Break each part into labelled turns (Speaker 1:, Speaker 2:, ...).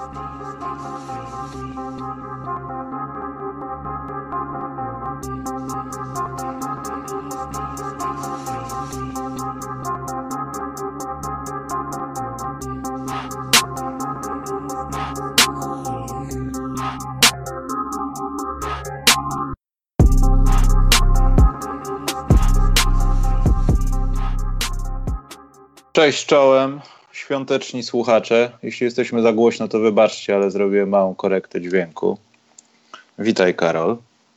Speaker 1: Cześć czołem, świąteczni słuchacze. Jeśli jesteśmy za głośno, to wybaczcie, ale zrobiłem małą korektę dźwięku. Witaj, Karol.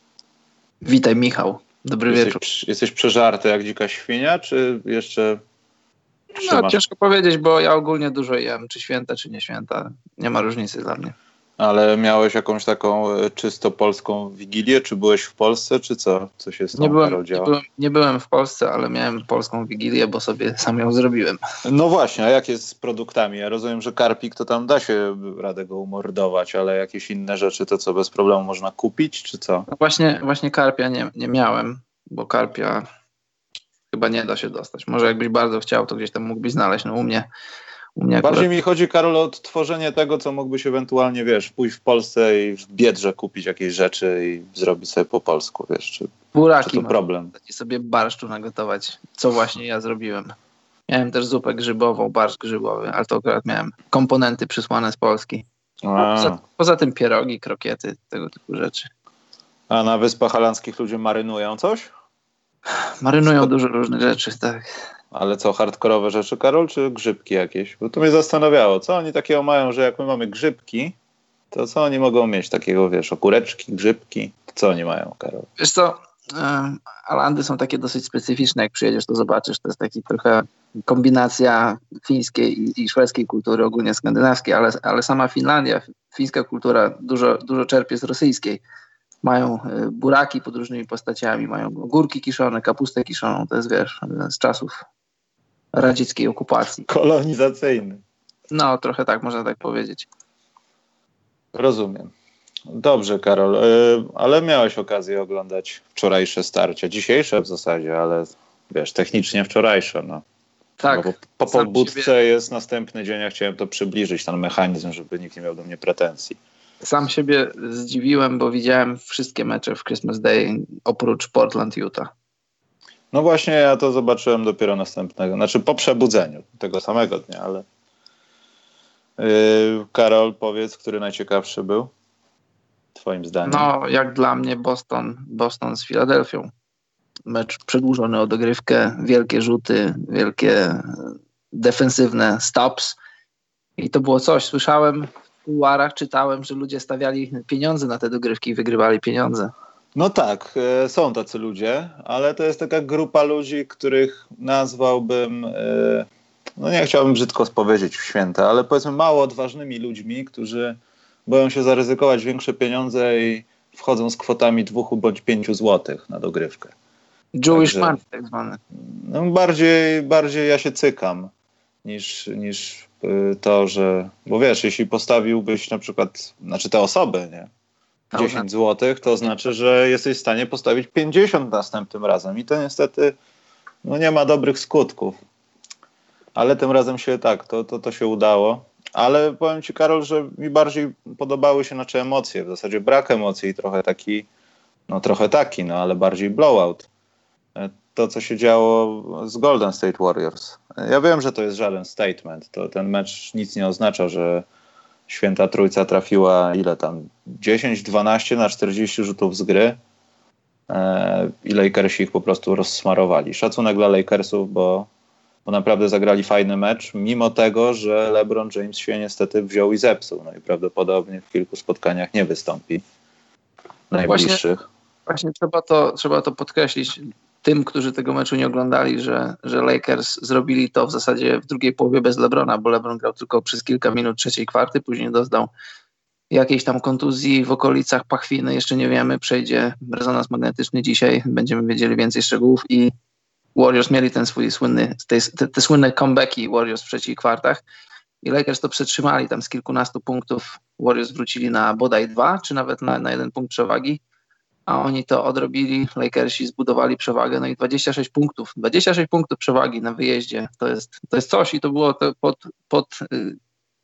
Speaker 2: Witaj, Michał. Dobry wieczór.
Speaker 1: Jesteś przeżarty jak dzika świnia, czy jeszcze trzymasz?
Speaker 2: Ciężko powiedzieć, bo ja ogólnie dużo jem, czy święta, czy nie święta. Nie ma różnicy dla mnie.
Speaker 1: Ale miałeś jakąś taką czysto polską wigilię? Czy byłeś w Polsce, czy co? Co się z tą Karol działo?
Speaker 2: Nie byłem w Polsce, ale miałem polską wigilię, bo sobie sam ją zrobiłem.
Speaker 1: No właśnie, a jak jest z produktami? Ja rozumiem, że karpik to tam da się radę go umordować, ale jakieś inne rzeczy to co, bez problemu można kupić, czy co?
Speaker 2: No właśnie karpia nie miałem, bo karpia chyba nie da się dostać. Może jakbyś bardzo chciał, to gdzieś tam mógłbyś znaleźć. No u mnie
Speaker 1: bardziej mi chodzi, Karol, o odtworzenie tego, co mógłbyś ewentualnie, pójść w Polsce i w Biedrze kupić jakieś rzeczy i zrobić sobie po polsku, czy
Speaker 2: buraki
Speaker 1: to problem?
Speaker 2: I sobie barszczu nagotować, co właśnie ja zrobiłem. Miałem też zupę grzybową, barszcz grzybowy, ale to akurat miałem komponenty przysłane z Polski. Poza tym pierogi, krokiety, tego typu rzeczy.
Speaker 1: A na Wyspach Holandzkich ludzie marynują coś?
Speaker 2: Marynują dużo różnych rzeczy, tak.
Speaker 1: Ale co, hardkorowe rzeczy, Karol, czy grzybki jakieś? Bo to mnie zastanawiało, co oni takiego mają, że jak my mamy grzybki, to co oni mogą mieć takiego, okureczki, grzybki? Co oni mają, Karol?
Speaker 2: Wiesz co, Alandy są takie dosyć specyficzne, jak przyjedziesz, to zobaczysz, to jest taki trochę kombinacja fińskiej i szwedzkiej kultury, ogólnie skandynawskiej, ale sama Finlandia, fińska kultura dużo czerpie z rosyjskiej. Mają buraki pod różnymi postaciami, mają ogórki kiszone, kapustę kiszoną, to jest, z czasów radzieckiej okupacji.
Speaker 1: Kolonizacyjny.
Speaker 2: No, trochę tak, można tak powiedzieć.
Speaker 1: Rozumiem. Dobrze, Karol, ale miałeś okazję oglądać wczorajsze starcia, dzisiejsze w zasadzie, ale technicznie wczorajsze, no.
Speaker 2: Tak.
Speaker 1: No, po pobudce jest następny dzień, ja chciałem to przybliżyć, ten mechanizm, żeby nikt nie miał do mnie pretensji.
Speaker 2: Sam siebie zdziwiłem, bo widziałem wszystkie mecze w Christmas Day oprócz Portland-Utah.
Speaker 1: No właśnie, ja to zobaczyłem dopiero następnego, po przebudzeniu tego samego dnia, ale Karol, powiedz, który najciekawszy był twoim zdaniem?
Speaker 2: No, jak dla mnie Boston z Filadelfią. Mecz przedłużony o dogrywkę, wielkie rzuty, wielkie defensywne stops i to było coś. Słyszałem w kuluarach, czytałem, że ludzie stawiali pieniądze na te dogrywki i wygrywali pieniądze.
Speaker 1: No tak, są tacy ludzie, ale to jest taka grupa ludzi, których nazwałbym, nie chciałbym brzydko powiedzieć w święta, ale powiedzmy mało odważnymi ludźmi, którzy boją się zaryzykować większe pieniądze i wchodzą z kwotami 2 bądź 5 złotych na dogrywkę.
Speaker 2: Jewish money tak zwany.
Speaker 1: No bardziej ja się cykam niż to, że... Bo jeśli postawiłbyś na przykład, te osoby, nie? 10 złotych, to znaczy, że jesteś w stanie postawić 50 następnym razem i to niestety nie ma dobrych skutków. Ale tym razem się to się udało. Ale powiem ci, Karol, że mi bardziej podobały się emocje, w zasadzie brak emocji i trochę taki, ale bardziej blowout. To, co się działo z Golden State Warriors. Ja wiem, że to jest żaden statement. Ten mecz nic nie oznacza, że Święta Trójca trafiła 10-12 na 40 rzutów z gry i Lakersi ich po prostu rozsmarowali. Szacunek dla Lakersów, bo naprawdę zagrali fajny mecz, mimo tego, że LeBron James się niestety wziął i zepsuł. No i prawdopodobnie w kilku spotkaniach nie wystąpi najbliższych.
Speaker 2: Właśnie trzeba to podkreślić tym, którzy tego meczu nie oglądali, że Lakers zrobili to w zasadzie w drugiej połowie bez LeBrona, bo LeBron grał tylko przez kilka minut trzeciej kwarty, później dostał jakiejś tam kontuzji w okolicach pachwiny, jeszcze nie wiemy, przejdzie rezonans magnetyczny dzisiaj, będziemy wiedzieli więcej szczegółów i Warriors mieli ten swój te słynne comebacki Warriors w trzecich kwartach i Lakers to przetrzymali tam z kilkunastu punktów. Warriors wrócili na bodaj 2, czy nawet na 1 punkt przewagi, a oni to odrobili, Lakersi zbudowali przewagę, no i 26 punktów przewagi na wyjeździe, to jest coś i to było to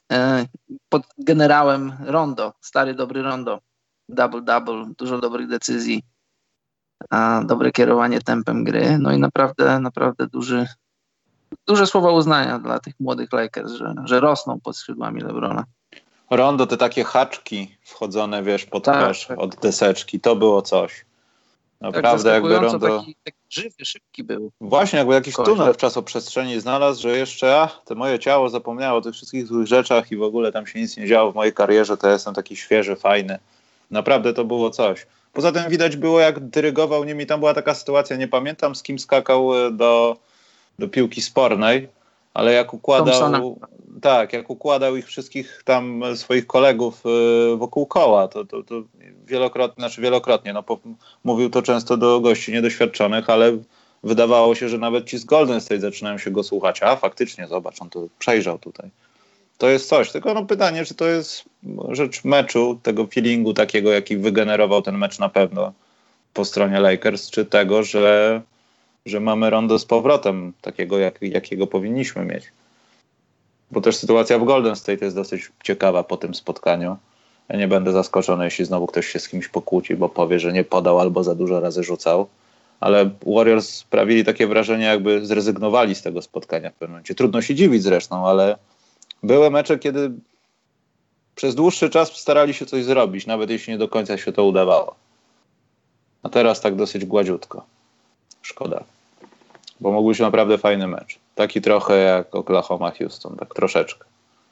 Speaker 2: pod generałem Rondo, stary dobry Rondo, double-double, dużo dobrych decyzji, dobre kierowanie tempem gry, no i naprawdę duże słowa uznania dla tych młodych Lakers, że rosną pod skrzydłami LeBrona.
Speaker 1: Rondo, te takie haczki wchodzone, wiesz, pod kosz od deseczki, to było coś. Naprawdę
Speaker 2: tak
Speaker 1: jakby Rondo...
Speaker 2: taki żywy, szybki był.
Speaker 1: Właśnie, jakby jakiś tunel w czasoprzestrzeni znalazł, że jeszcze to moje ciało zapomniało o tych wszystkich złych rzeczach i w ogóle tam się nic nie działo w mojej karierze, to ja jestem taki świeży, fajny. Naprawdę to było coś. Poza tym widać było, jak dyrygował nimi. Tam była taka sytuacja, nie pamiętam z kim skakał do piłki spornej, ale jak układał ich wszystkich tam swoich kolegów wokół koła, to wielokrotnie, mówił to często do gości niedoświadczonych, ale wydawało się, że nawet ci z Golden State zaczynają się go słuchać. A faktycznie, zobacz, on to przejrzał tutaj. To jest coś, tylko pytanie, czy to jest rzecz meczu, tego feelingu takiego, jaki wygenerował ten mecz na pewno po stronie Lakers, czy tego, że mamy Rondo z powrotem takiego, jakiego powinniśmy mieć. Bo też sytuacja w Golden State jest dosyć ciekawa po tym spotkaniu. Ja nie będę zaskoczony, jeśli znowu ktoś się z kimś pokłóci, bo powie, że nie podał albo za dużo razy rzucał. Ale Warriors sprawili takie wrażenie, jakby zrezygnowali z tego spotkania w pewnym momencie. Trudno się dziwić zresztą, ale były mecze, kiedy przez dłuższy czas starali się coś zrobić, nawet jeśli nie do końca się to udawało. A teraz tak dosyć gładziutko. Szkoda. Bo mógł być naprawdę fajny mecz. Taki trochę jak Oklahoma-Houston, tak troszeczkę.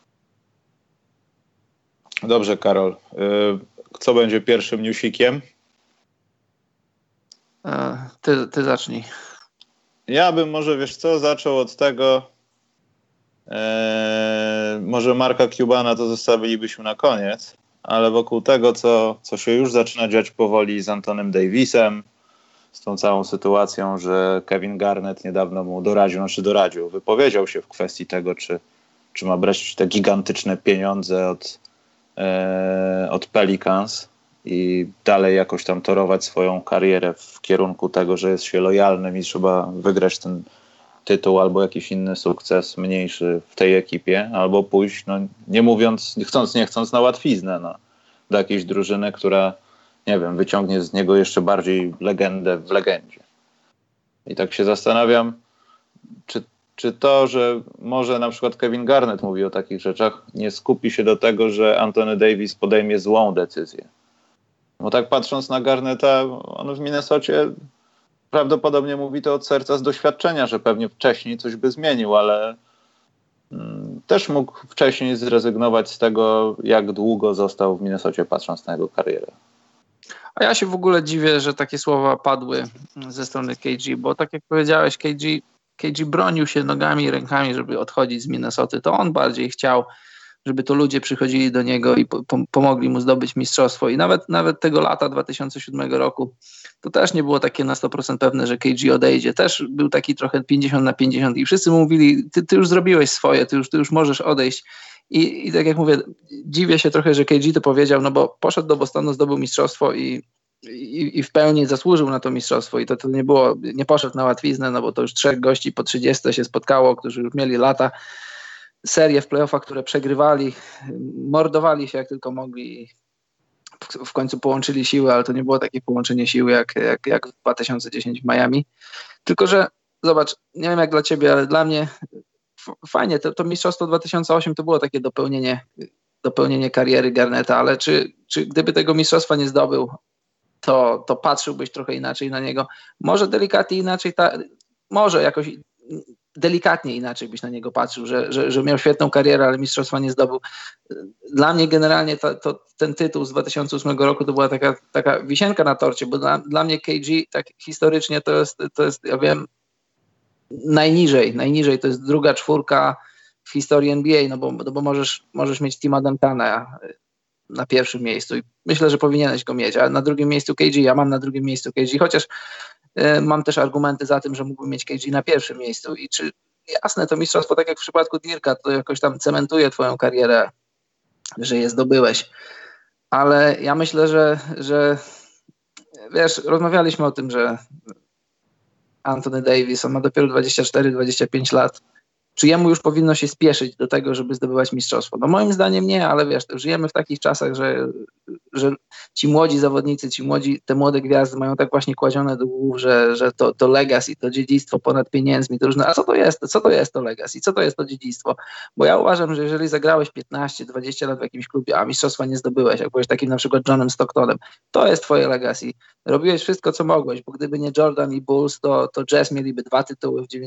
Speaker 1: Dobrze, Karol. Co będzie pierwszym newsikiem?
Speaker 2: Ty zacznij.
Speaker 1: Ja bym może, wiesz co, zaczął od tego, może Marka Cubana to zostawilibyśmy na koniec, ale wokół tego, co się już zaczyna dziać powoli z Antonym Davisem, z tą całą sytuacją, że Kevin Garnett niedawno mu doradził, wypowiedział się w kwestii tego, czy ma brać te gigantyczne pieniądze od Pelicans i dalej jakoś tam torować swoją karierę w kierunku tego, że jest się lojalnym i trzeba wygrać ten tytuł albo jakiś inny sukces mniejszy w tej ekipie, albo pójść, nie mówiąc, nie chcąc na łatwiznę, do jakiejś drużyny, która, nie wiem, wyciągnie z niego jeszcze bardziej legendę w legendzie. I tak się zastanawiam, czy to, że może na przykład Kevin Garnett mówi o takich rzeczach, nie skupi się do tego, że Anthony Davis podejmie złą decyzję. Bo tak patrząc na Garnetta, on w Minnesocie prawdopodobnie mówi to od serca z doświadczenia, że pewnie wcześniej coś by zmienił, ale też mógł wcześniej zrezygnować z tego, jak długo został w Minnesocie, patrząc na jego karierę.
Speaker 2: A ja się w ogóle dziwię, że takie słowa padły ze strony KG, bo tak jak powiedziałeś, KG bronił się nogami i rękami, żeby odchodzić z Minnesoty. To on bardziej chciał, żeby to ludzie przychodzili do niego i pomogli mu zdobyć mistrzostwo. I nawet tego lata 2007 roku to też nie było takie na 100% pewne, że KG odejdzie. Też był taki trochę 50-50 i wszyscy mu mówili, ty już zrobiłeś swoje, ty już możesz odejść. I tak jak mówię, dziwię się trochę, że KG to powiedział, no bo poszedł do Bostonu, zdobył mistrzostwo i w pełni zasłużył na to mistrzostwo i to nie poszedł na łatwiznę, no bo to już 3 gości po 30 się spotkało, którzy już mieli lata, serie w playoffach, które przegrywali, mordowali się jak tylko mogli, w końcu połączyli siły, ale to nie było takie połączenie siły jak w 2010 w Miami. Tylko że zobacz, nie wiem jak dla ciebie, ale dla mnie fajnie, to mistrzostwo 2008 to było takie dopełnienie kariery Garnetta, ale czy gdyby tego mistrzostwa nie zdobył, to patrzyłbyś trochę inaczej na niego. Może delikatnie inaczej, może jakoś delikatnie inaczej byś na niego patrzył, że miał świetną karierę, ale mistrzostwa nie zdobył. Dla mnie generalnie ten tytuł z 2008 roku to była taka wisienka na torcie, bo dla mnie KG tak historycznie to jest, ja wiem, najniżej, to jest 2. czwórka w historii NBA, no bo możesz mieć Tima Duncana na pierwszym miejscu i myślę, że powinieneś go mieć, a na drugim miejscu KG, ja mam na drugim miejscu KG, chociaż mam też argumenty za tym, że mógłbym mieć KG na pierwszym miejscu i jasne, to mistrzostwo, tak jak w przypadku Dirka, to jakoś tam cementuje twoją karierę, że je zdobyłeś, ale ja myślę, że wiesz, rozmawialiśmy o tym, że Anthony Davis, on ma dopiero 24-25 lat, czy jemu już powinno się spieszyć do tego, żeby zdobywać mistrzostwo? No moim zdaniem nie, ale wiesz, żyjemy w takich czasach, że ci młodzi zawodnicy, te młode gwiazdy mają tak właśnie kładzione do głów, że to legacy, to dziedzictwo ponad pieniędzmi, to różne. A co to jest? Co to jest to legacy? Co to jest to dziedzictwo? Bo ja uważam, że jeżeli zagrałeś 15-20 lat w jakimś klubie, a mistrzostwa nie zdobyłeś, jak byłeś takim na przykład Johnem Stocktonem, to jest twoje legacy. Robiłeś wszystko, co mogłeś, bo gdyby nie Jordan i Bulls, to Jazz mieliby 2 tytuły w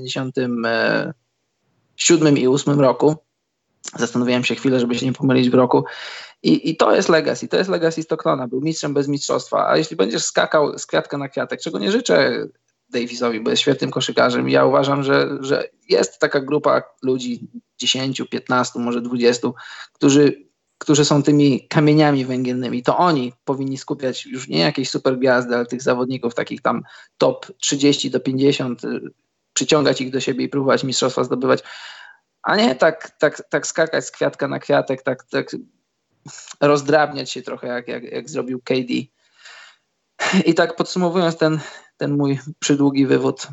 Speaker 2: 97 i 8 roku. Zastanawiałem się chwilę, żeby się nie pomylić w roku. I to jest legacy Stocktona. Był mistrzem bez mistrzostwa. A jeśli będziesz skakał z kwiatka na kwiatek, czego nie życzę Davisowi, bo jest świetnym koszykarzem, ja uważam, że jest taka grupa ludzi, 10, 15, może 20, którzy są tymi kamieniami węgielnymi. To oni powinni skupiać już nie jakieś super gwiazdy, ale tych zawodników takich tam top 30 do 50, przyciągać ich do siebie i próbować mistrzostwa zdobywać, a nie tak skakać z kwiatka na kwiatek, tak rozdrabniać się trochę, jak zrobił KD. I tak podsumowując ten mój przydługi wywód,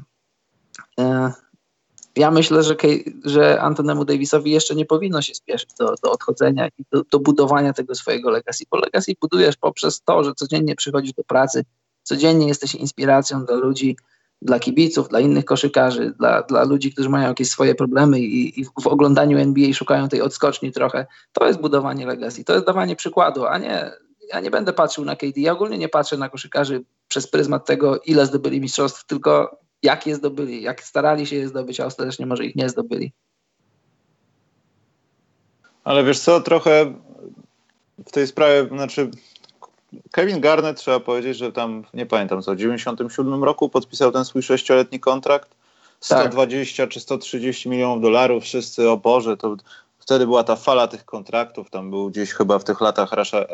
Speaker 2: ja myślę, że Anthonemu Davisowi jeszcze nie powinno się spieszyć do odchodzenia i do budowania tego swojego legacy, bo legacy budujesz poprzez to, że codziennie przychodzisz do pracy, codziennie jesteś inspiracją dla ludzi, dla kibiców, dla innych koszykarzy, dla ludzi, którzy mają jakieś swoje problemy i w oglądaniu NBA szukają tej odskoczni trochę. To jest budowanie legacy, to jest dawanie przykładu, a nie, ja nie będę patrzył na KD, ja ogólnie nie patrzę na koszykarzy przez pryzmat tego, ile zdobyli mistrzostw, tylko jak je zdobyli, jak starali się je zdobyć, a ostatecznie może ich nie zdobyli.
Speaker 1: Ale wiesz co, trochę w tej sprawie, znaczy Kevin Garnett, trzeba powiedzieć, że tam, nie pamiętam co, w 97 roku podpisał ten swój 6-letni kontrakt, 120 czy 130 milionów dolarów, wszyscy, o Boże, to wtedy była ta fala tych kontraktów, tam był gdzieś chyba w tych latach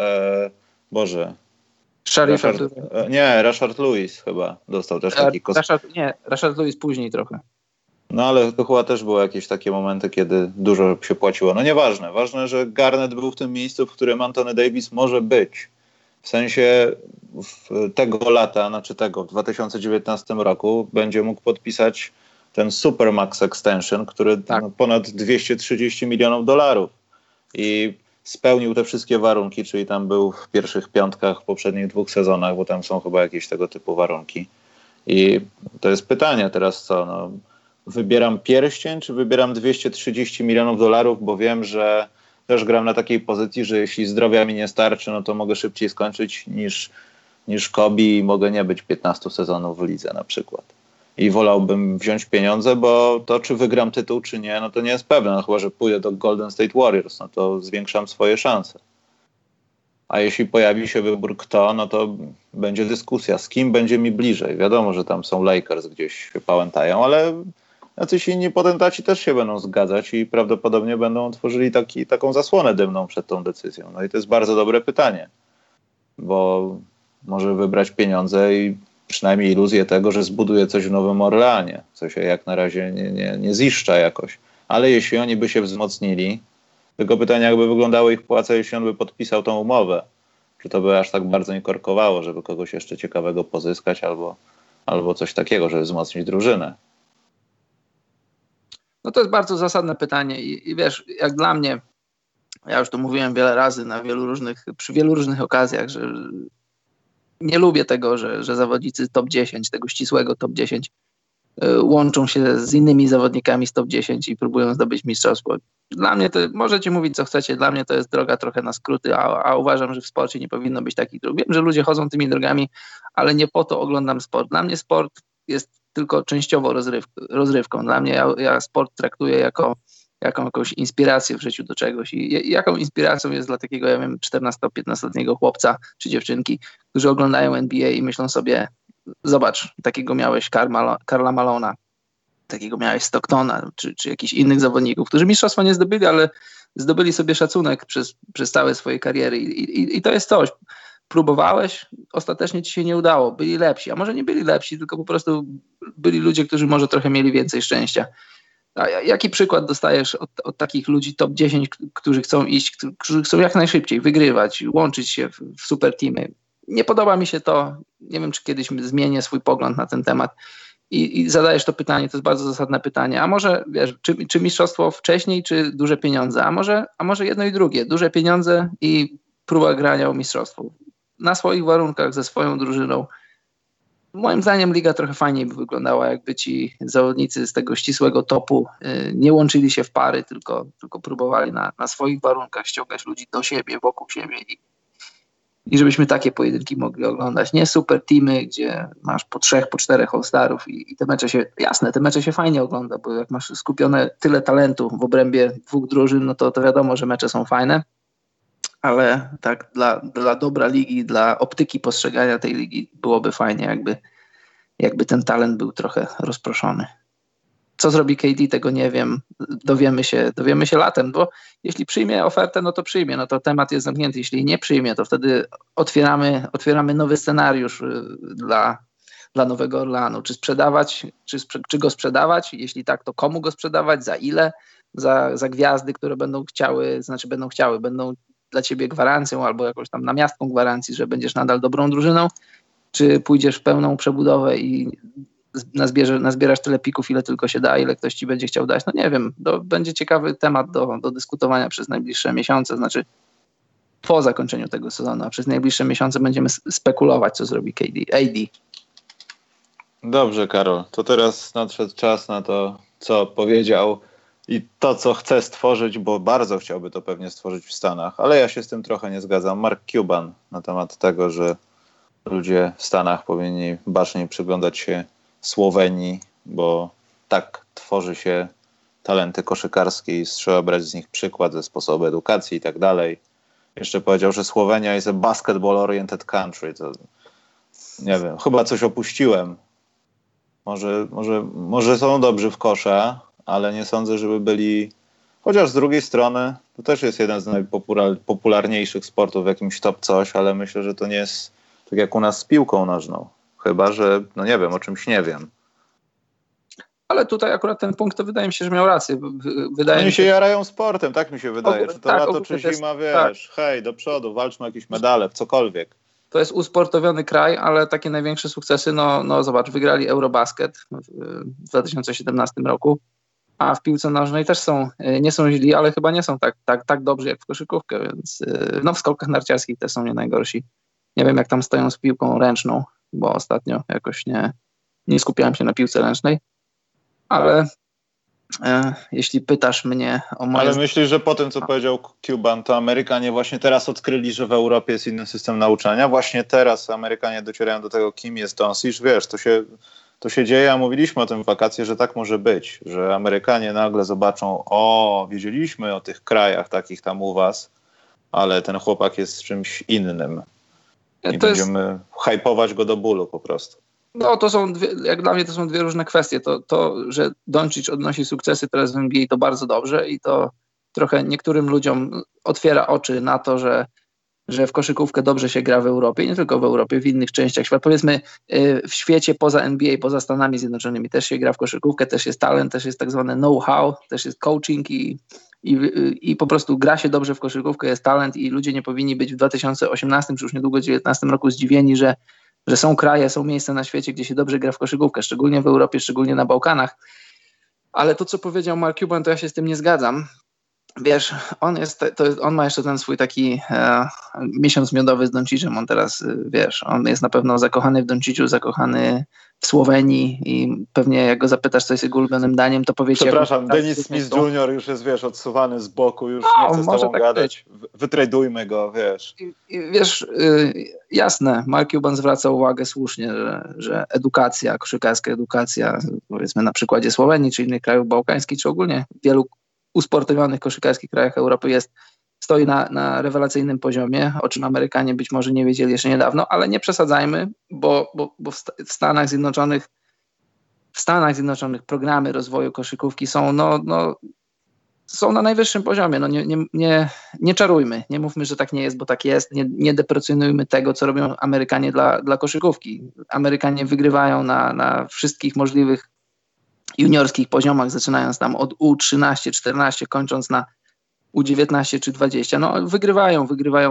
Speaker 1: Rashard Lewis chyba dostał też taki
Speaker 2: Rashard Lewis później trochę.
Speaker 1: No ale to chyba też były jakieś takie momenty, kiedy dużo się płaciło. No nieważne. Ważne, że Garnett był w tym miejscu, w którym Anthony Davis może być. W sensie tego lata, w 2019 roku będzie mógł podpisać ten Supermax Extension, który ponad 230 milionów dolarów. I spełnił te wszystkie warunki, czyli tam był w pierwszych piątkach w poprzednich 2 sezonach, bo tam są chyba jakieś tego typu warunki. I to jest pytanie teraz co? No, wybieram pierścień, czy wybieram 230 milionów dolarów, bo wiem, że też gram na takiej pozycji, że jeśli zdrowia mi nie starczy, no to mogę szybciej skończyć niż Kobe i mogę nie być 15 sezonów w lidze na przykład. I wolałbym wziąć pieniądze, bo to czy wygram tytuł, czy nie, no to nie jest pewne. No chyba, że pójdę do Golden State Warriors, no to zwiększam swoje szanse. A jeśli pojawi się wybór kto, no to będzie dyskusja, z kim będzie mi bliżej. Wiadomo, że tam są Lakers gdzieś się pałętają, ale jacyś inni potentaci też się będą zgadzać i prawdopodobnie będą tworzyli taką zasłonę dymną przed tą decyzją. No i to jest bardzo dobre pytanie, bo może wybrać pieniądze i przynajmniej iluzję tego, że zbuduje coś w Nowym Orleanie, co się jak na razie nie ziszcza jakoś. Ale jeśli oni by się wzmocnili, tylko pytanie, jakby wyglądały ich płace, jeśli on by podpisał tą umowę. Czy to by aż tak bardzo nie korkowało, żeby kogoś jeszcze ciekawego pozyskać albo coś takiego, żeby wzmocnić drużynę.
Speaker 2: No to jest bardzo zasadne pytanie i wiesz, jak dla mnie, ja już to mówiłem wiele razy przy wielu różnych okazjach, że nie lubię tego, że zawodnicy top 10, tego ścisłego top 10 łączą się z innymi zawodnikami z top 10 i próbują zdobyć mistrzostwo. Dla mnie to, możecie mówić co chcecie, dla mnie to jest droga trochę na skróty, a uważam, że w sporcie nie powinno być takich dróg. Wiem, że ludzie chodzą tymi drogami, ale nie po to oglądam sport. Dla mnie sport jest tylko częściowo rozrywką. Dla mnie ja sport traktuję jako jakąś inspirację w życiu do czegoś. I jaką inspiracją jest dla takiego, 14-15-letniego chłopca czy dziewczynki, którzy oglądają NBA i myślą sobie, zobacz, takiego miałeś Karla Malona, takiego miałeś Stocktona, czy jakichś innych zawodników, którzy mistrzostwa nie zdobyli, ale zdobyli sobie szacunek przez całe swoje kariery. I to jest coś. Próbowałeś, ostatecznie ci się nie udało, byli lepsi, a może nie byli lepsi, tylko po prostu byli ludzie, którzy może trochę mieli więcej szczęścia. A jaki przykład dostajesz od takich ludzi top 10, którzy chcą jak najszybciej wygrywać, łączyć się w super teamy? Nie podoba mi się to, nie wiem, czy kiedyś zmienię swój pogląd na ten temat i zadajesz to pytanie, to jest bardzo zasadne pytanie, a może wiesz, czy mistrzostwo wcześniej, czy duże pieniądze, a może jedno i drugie, duże pieniądze i próba grania o mistrzostwo. Na swoich warunkach, ze swoją drużyną. Moim zdaniem liga trochę fajniej by wyglądała, jakby ci zawodnicy z tego ścisłego topu nie łączyli się w pary, tylko próbowali na swoich warunkach ściągać ludzi do siebie, wokół siebie i żebyśmy takie pojedynki mogli oglądać. Nie super teamy, gdzie masz po 3, po 4 All-Starów i te mecze się, jasne, te mecze się fajnie ogląda, bo jak masz skupione tyle talentu w obrębie 2 drużyn, no to wiadomo, że mecze są fajne, ale tak dla dobra ligi, dla optyki postrzegania tej ligi byłoby fajnie, jakby ten talent był trochę rozproszony. Co zrobi KD, tego nie wiem. Dowiemy się latem, bo jeśli przyjmie ofertę, no to przyjmie, no to temat jest zamknięty. Jeśli nie przyjmie, to wtedy otwieramy nowy scenariusz dla Nowego Orleanu. Czy sprzedawać, czy go sprzedawać? Jeśli tak, to komu go sprzedawać? Za ile? Za gwiazdy, które będą dla ciebie gwarancją albo jakąś tam namiastką gwarancji, że będziesz nadal dobrą drużyną? Czy pójdziesz w pełną przebudowę i nazbierasz tyle pików, ile tylko się da, ile ktoś ci będzie chciał dać? No nie wiem, to będzie ciekawy temat do dyskutowania przez najbliższe miesiące, znaczy po zakończeniu tego sezonu, a przez najbliższe miesiące będziemy spekulować, co zrobi AD.
Speaker 1: Dobrze, Karol, to teraz nadszedł czas na to, co powiedział i to, co chce stworzyć, bo bardzo chciałby to pewnie stworzyć w Stanach, ale ja się z tym trochę nie zgadzam. Mark Cuban na temat tego, że ludzie w Stanach powinni baczniej przyglądać się Słowenii, bo tak tworzy się talenty koszykarskie i trzeba brać z nich przykład ze sposobu edukacji i tak dalej. Jeszcze powiedział, że Słowenia jest a basketball-oriented country. To, nie wiem, chyba coś opuściłem. Może są dobrzy w kosza, ale nie sądzę, żeby byli... Chociaż z drugiej strony to też jest jeden z najpopularniejszych sportów w jakimś top coś, ale myślę, że to nie jest tak jak u nas z piłką nożną. Chyba, że, no nie wiem, o czymś nie wiem.
Speaker 2: Ale tutaj akurat ten punkt to wydaje mi się, że miał rację.
Speaker 1: Oni się jarają sportem, tak mi się wydaje. Czy to
Speaker 2: tak,
Speaker 1: lato, czy zima, wiesz, tak. Hej, do przodu, walczmy o jakieś medale, w cokolwiek.
Speaker 2: To jest usportowiony kraj, ale takie największe sukcesy, no zobacz, wygrali Eurobasket w 2017 roku, a w piłce nożnej też nie są źli, ale chyba nie są tak dobrzy jak w koszykówkę, więc w skokach narciarskich też są nie najgorsi. Nie wiem, jak tam stoją z piłką ręczną, bo ostatnio jakoś nie skupiałem się na piłce ręcznej, ale jeśli pytasz mnie o moje...
Speaker 1: Ale myślisz, że po tym, co powiedział Cuban, to Amerykanie właśnie teraz odkryli, że w Europie jest inny system nauczania? Właśnie teraz Amerykanie docierają do tego, kim jest Doncic. Wiesz, to się dzieje, a mówiliśmy o tym w wakacje, że tak może być, że Amerykanie nagle zobaczą, wiedzieliśmy o tych krajach takich tam u was, ale ten chłopak jest czymś innym. I będziemy hypować go do bólu po prostu.
Speaker 2: No to są jak dla mnie to są 2 różne kwestie. To, że Doncic odnosi sukcesy teraz w NBA, to bardzo dobrze i to trochę niektórym ludziom otwiera oczy na to, że w koszykówkę dobrze się gra w Europie, nie tylko w Europie, w innych częściach świata. Powiedzmy w świecie poza NBA, poza Stanami Zjednoczonymi też się gra w koszykówkę, też jest talent, też jest tak zwane know-how, też jest coaching i po prostu gra się dobrze w koszykówkę, jest talent i ludzie nie powinni być w 2018 czy już niedługo 2019 roku zdziwieni, że są kraje, są miejsca na świecie, gdzie się dobrze gra w koszykówkę, szczególnie w Europie, szczególnie na Bałkanach. Ale to, co powiedział Mark Cuban, to ja się z tym nie zgadzam. Wiesz, on ma jeszcze ten swój taki miesiąc miodowy z Doncicem. On teraz, on jest na pewno zakochany w Donciciu, zakochany w Słowenii i pewnie jak go zapytasz, co jest jego ulubionym daniem, to powiecie...
Speaker 1: Przepraszam, Dennis Smith Jr. już jest, odsuwany z boku, już nie chce z tobą tak gadać. Wytradujmy go, wiesz.
Speaker 2: Jasne, Mark Cuban zwraca uwagę słusznie, że edukacja, koszykarska edukacja, powiedzmy na przykładzie Słowenii, czy innych krajów bałkańskich, czy ogólnie wielu usportowionych koszykarskich krajach Europy stoi na rewelacyjnym poziomie, o czym Amerykanie być może nie wiedzieli jeszcze niedawno, ale nie przesadzajmy, bo w Stanach Zjednoczonych programy rozwoju koszykówki są na najwyższym poziomie. Nie czarujmy, nie mówmy, że tak nie jest, bo tak jest. Nie deprecjonujmy tego, co robią Amerykanie dla koszykówki. Amerykanie wygrywają na wszystkich możliwych juniorskich poziomach, zaczynając tam od U13, 14, kończąc na U19 czy 20. Wygrywają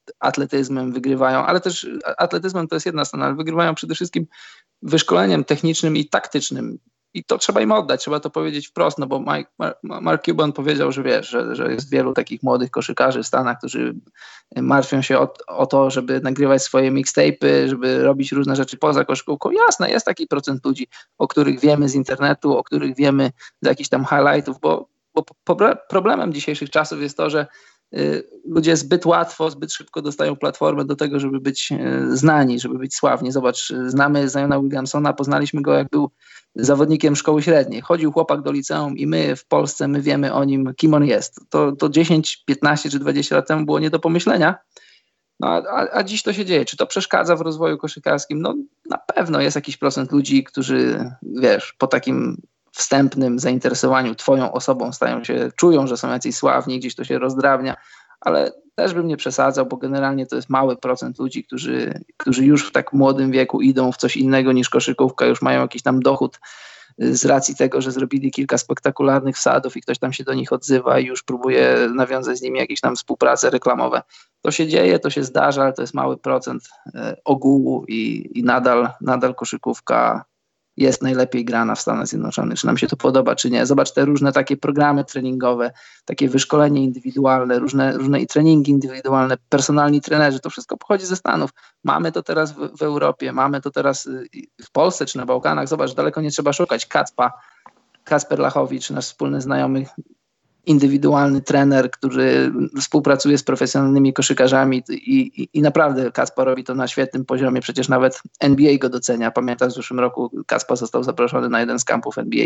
Speaker 2: atletyzmem, wygrywają, ale też atletyzmem to jest jedna strona, ale wygrywają przede wszystkim wyszkoleniem technicznym i taktycznym. I to trzeba im oddać, trzeba to powiedzieć wprost, no bo Mark Cuban powiedział, że wiesz, że jest wielu takich młodych koszykarzy w Stanach, którzy martwią się o to, żeby nagrywać swoje mixtape'y, żeby robić różne rzeczy poza koszykówką. Jasne, jest taki procent ludzi, o których wiemy z internetu, o których wiemy z jakichś tam highlightów, bo problemem dzisiejszych czasów jest to, że ludzie zbyt łatwo, zbyt szybko dostają platformę do tego, żeby być znani, żeby być sławni. Zobacz, znamy Ziona Williamsona, poznaliśmy go jak był zawodnikiem szkoły średniej. Chodził chłopak do liceum i my w Polsce, my wiemy o nim, kim on jest. To 10, 15 czy 20 lat temu było nie do pomyślenia, no, a dziś to się dzieje. Czy to przeszkadza w rozwoju koszykarskim? No na pewno jest jakiś procent ludzi, którzy, wiesz, po takim wstępnym zainteresowaniu twoją osobą czują, że są jacyś sławni, gdzieś to się rozdrabnia, ale też bym nie przesadzał, bo generalnie to jest mały procent ludzi, którzy już w tak młodym wieku idą w coś innego niż koszykówka, już mają jakiś tam dochód z racji tego, że zrobili kilka spektakularnych wsadów i ktoś tam się do nich odzywa i już próbuje nawiązać z nimi jakieś tam współprace reklamowe. To się dzieje, to się zdarza, ale to jest mały procent ogółu i nadal koszykówka jest najlepiej grana w Stanach Zjednoczonych, czy nam się to podoba, czy nie. Zobacz te różne takie programy treningowe, takie wyszkolenie indywidualne, różne i treningi indywidualne, personalni trenerzy, to wszystko pochodzi ze Stanów. Mamy to teraz w Europie, mamy to teraz w Polsce czy na Bałkanach. Zobacz, daleko nie trzeba szukać. Kacper Lachowicz, nasz wspólny znajomy, indywidualny trener, który współpracuje z profesjonalnymi koszykarzami i naprawdę Kacper robi to na świetnym poziomie, przecież nawet NBA go docenia. Pamiętam, w zeszłym roku Kacper został zaproszony na jeden z kampów NBA.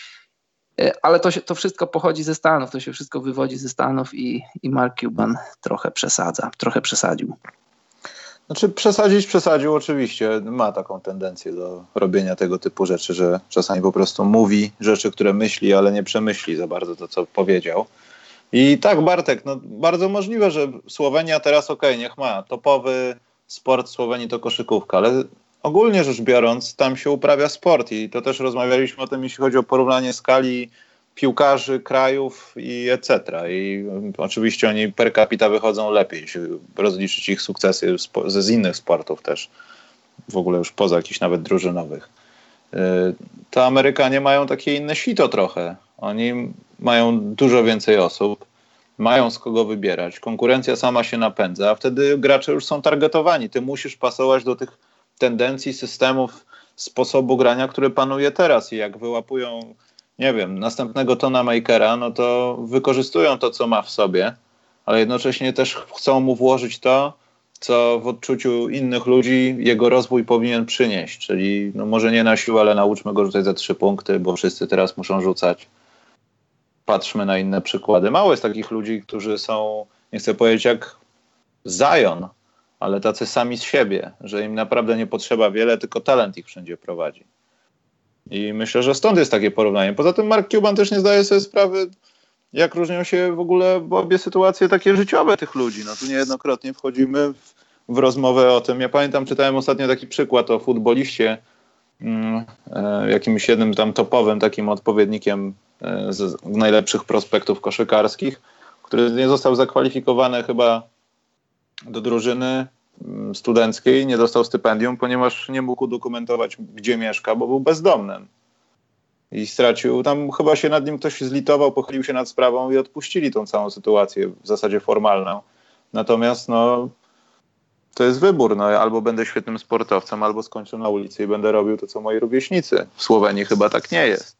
Speaker 2: Ale to wszystko pochodzi ze Stanów, to się wszystko wywodzi ze Stanów i Mark Cuban trochę przesadził.
Speaker 1: Znaczy przesadził oczywiście, ma taką tendencję do robienia tego typu rzeczy, że czasami po prostu mówi rzeczy, które myśli, ale nie przemyśli za bardzo to, co powiedział. I tak, Bartek, no bardzo możliwe, że Słowenia teraz niech ma topowy sport Słowenii to koszykówka, ale ogólnie rzecz biorąc tam się uprawia sport i to też rozmawialiśmy o tym, jeśli chodzi o porównanie skali piłkarzy, krajów i etc. I oczywiście oni per capita wychodzą lepiej, jeśli rozliczyć ich sukcesy z innych sportów też, w ogóle już poza jakichś nawet drużynowych. To Amerykanie mają takie inne sito trochę. Oni mają dużo więcej osób, mają z kogo wybierać. Konkurencja sama się napędza, a wtedy gracze już są targetowani. Ty musisz pasować do tych tendencji, systemów, sposobu grania, który panuje teraz i jak wyłapują nie wiem, następnego Tona Makera, no to wykorzystują to, co ma w sobie, ale jednocześnie też chcą mu włożyć to, co w odczuciu innych ludzi jego rozwój powinien przynieść. Czyli no może nie na siłę, ale nauczmy go rzucać za 3 punkty, bo wszyscy teraz muszą rzucać. Patrzmy na inne przykłady. Mało jest takich ludzi, którzy są, nie chcę powiedzieć jak Zion, ale tacy sami z siebie, że im naprawdę nie potrzeba wiele, tylko talent ich wszędzie prowadzi. I myślę, że stąd jest takie porównanie. Poza tym Mark Cuban też nie zdaje sobie sprawy, jak różnią się w ogóle obie sytuacje takie życiowe tych ludzi. No tu niejednokrotnie wchodzimy w rozmowę o tym. Ja pamiętam, czytałem ostatnio taki przykład o futboliście, jakimś jednym tam topowym takim odpowiednikiem z najlepszych prospektów koszykarskich, który nie został zakwalifikowany chyba do drużyny studenckiej, nie dostał stypendium, ponieważ nie mógł udokumentować, gdzie mieszka, bo był bezdomnym. I stracił, tam chyba się nad nim ktoś zlitował, pochylił się nad sprawą i odpuścili tą całą sytuację, w zasadzie formalną. Natomiast no, to jest wybór, no, albo będę świetnym sportowcem, albo skończę na ulicy i będę robił to, co moi rówieśnicy. W Słowenii chyba tak nie jest.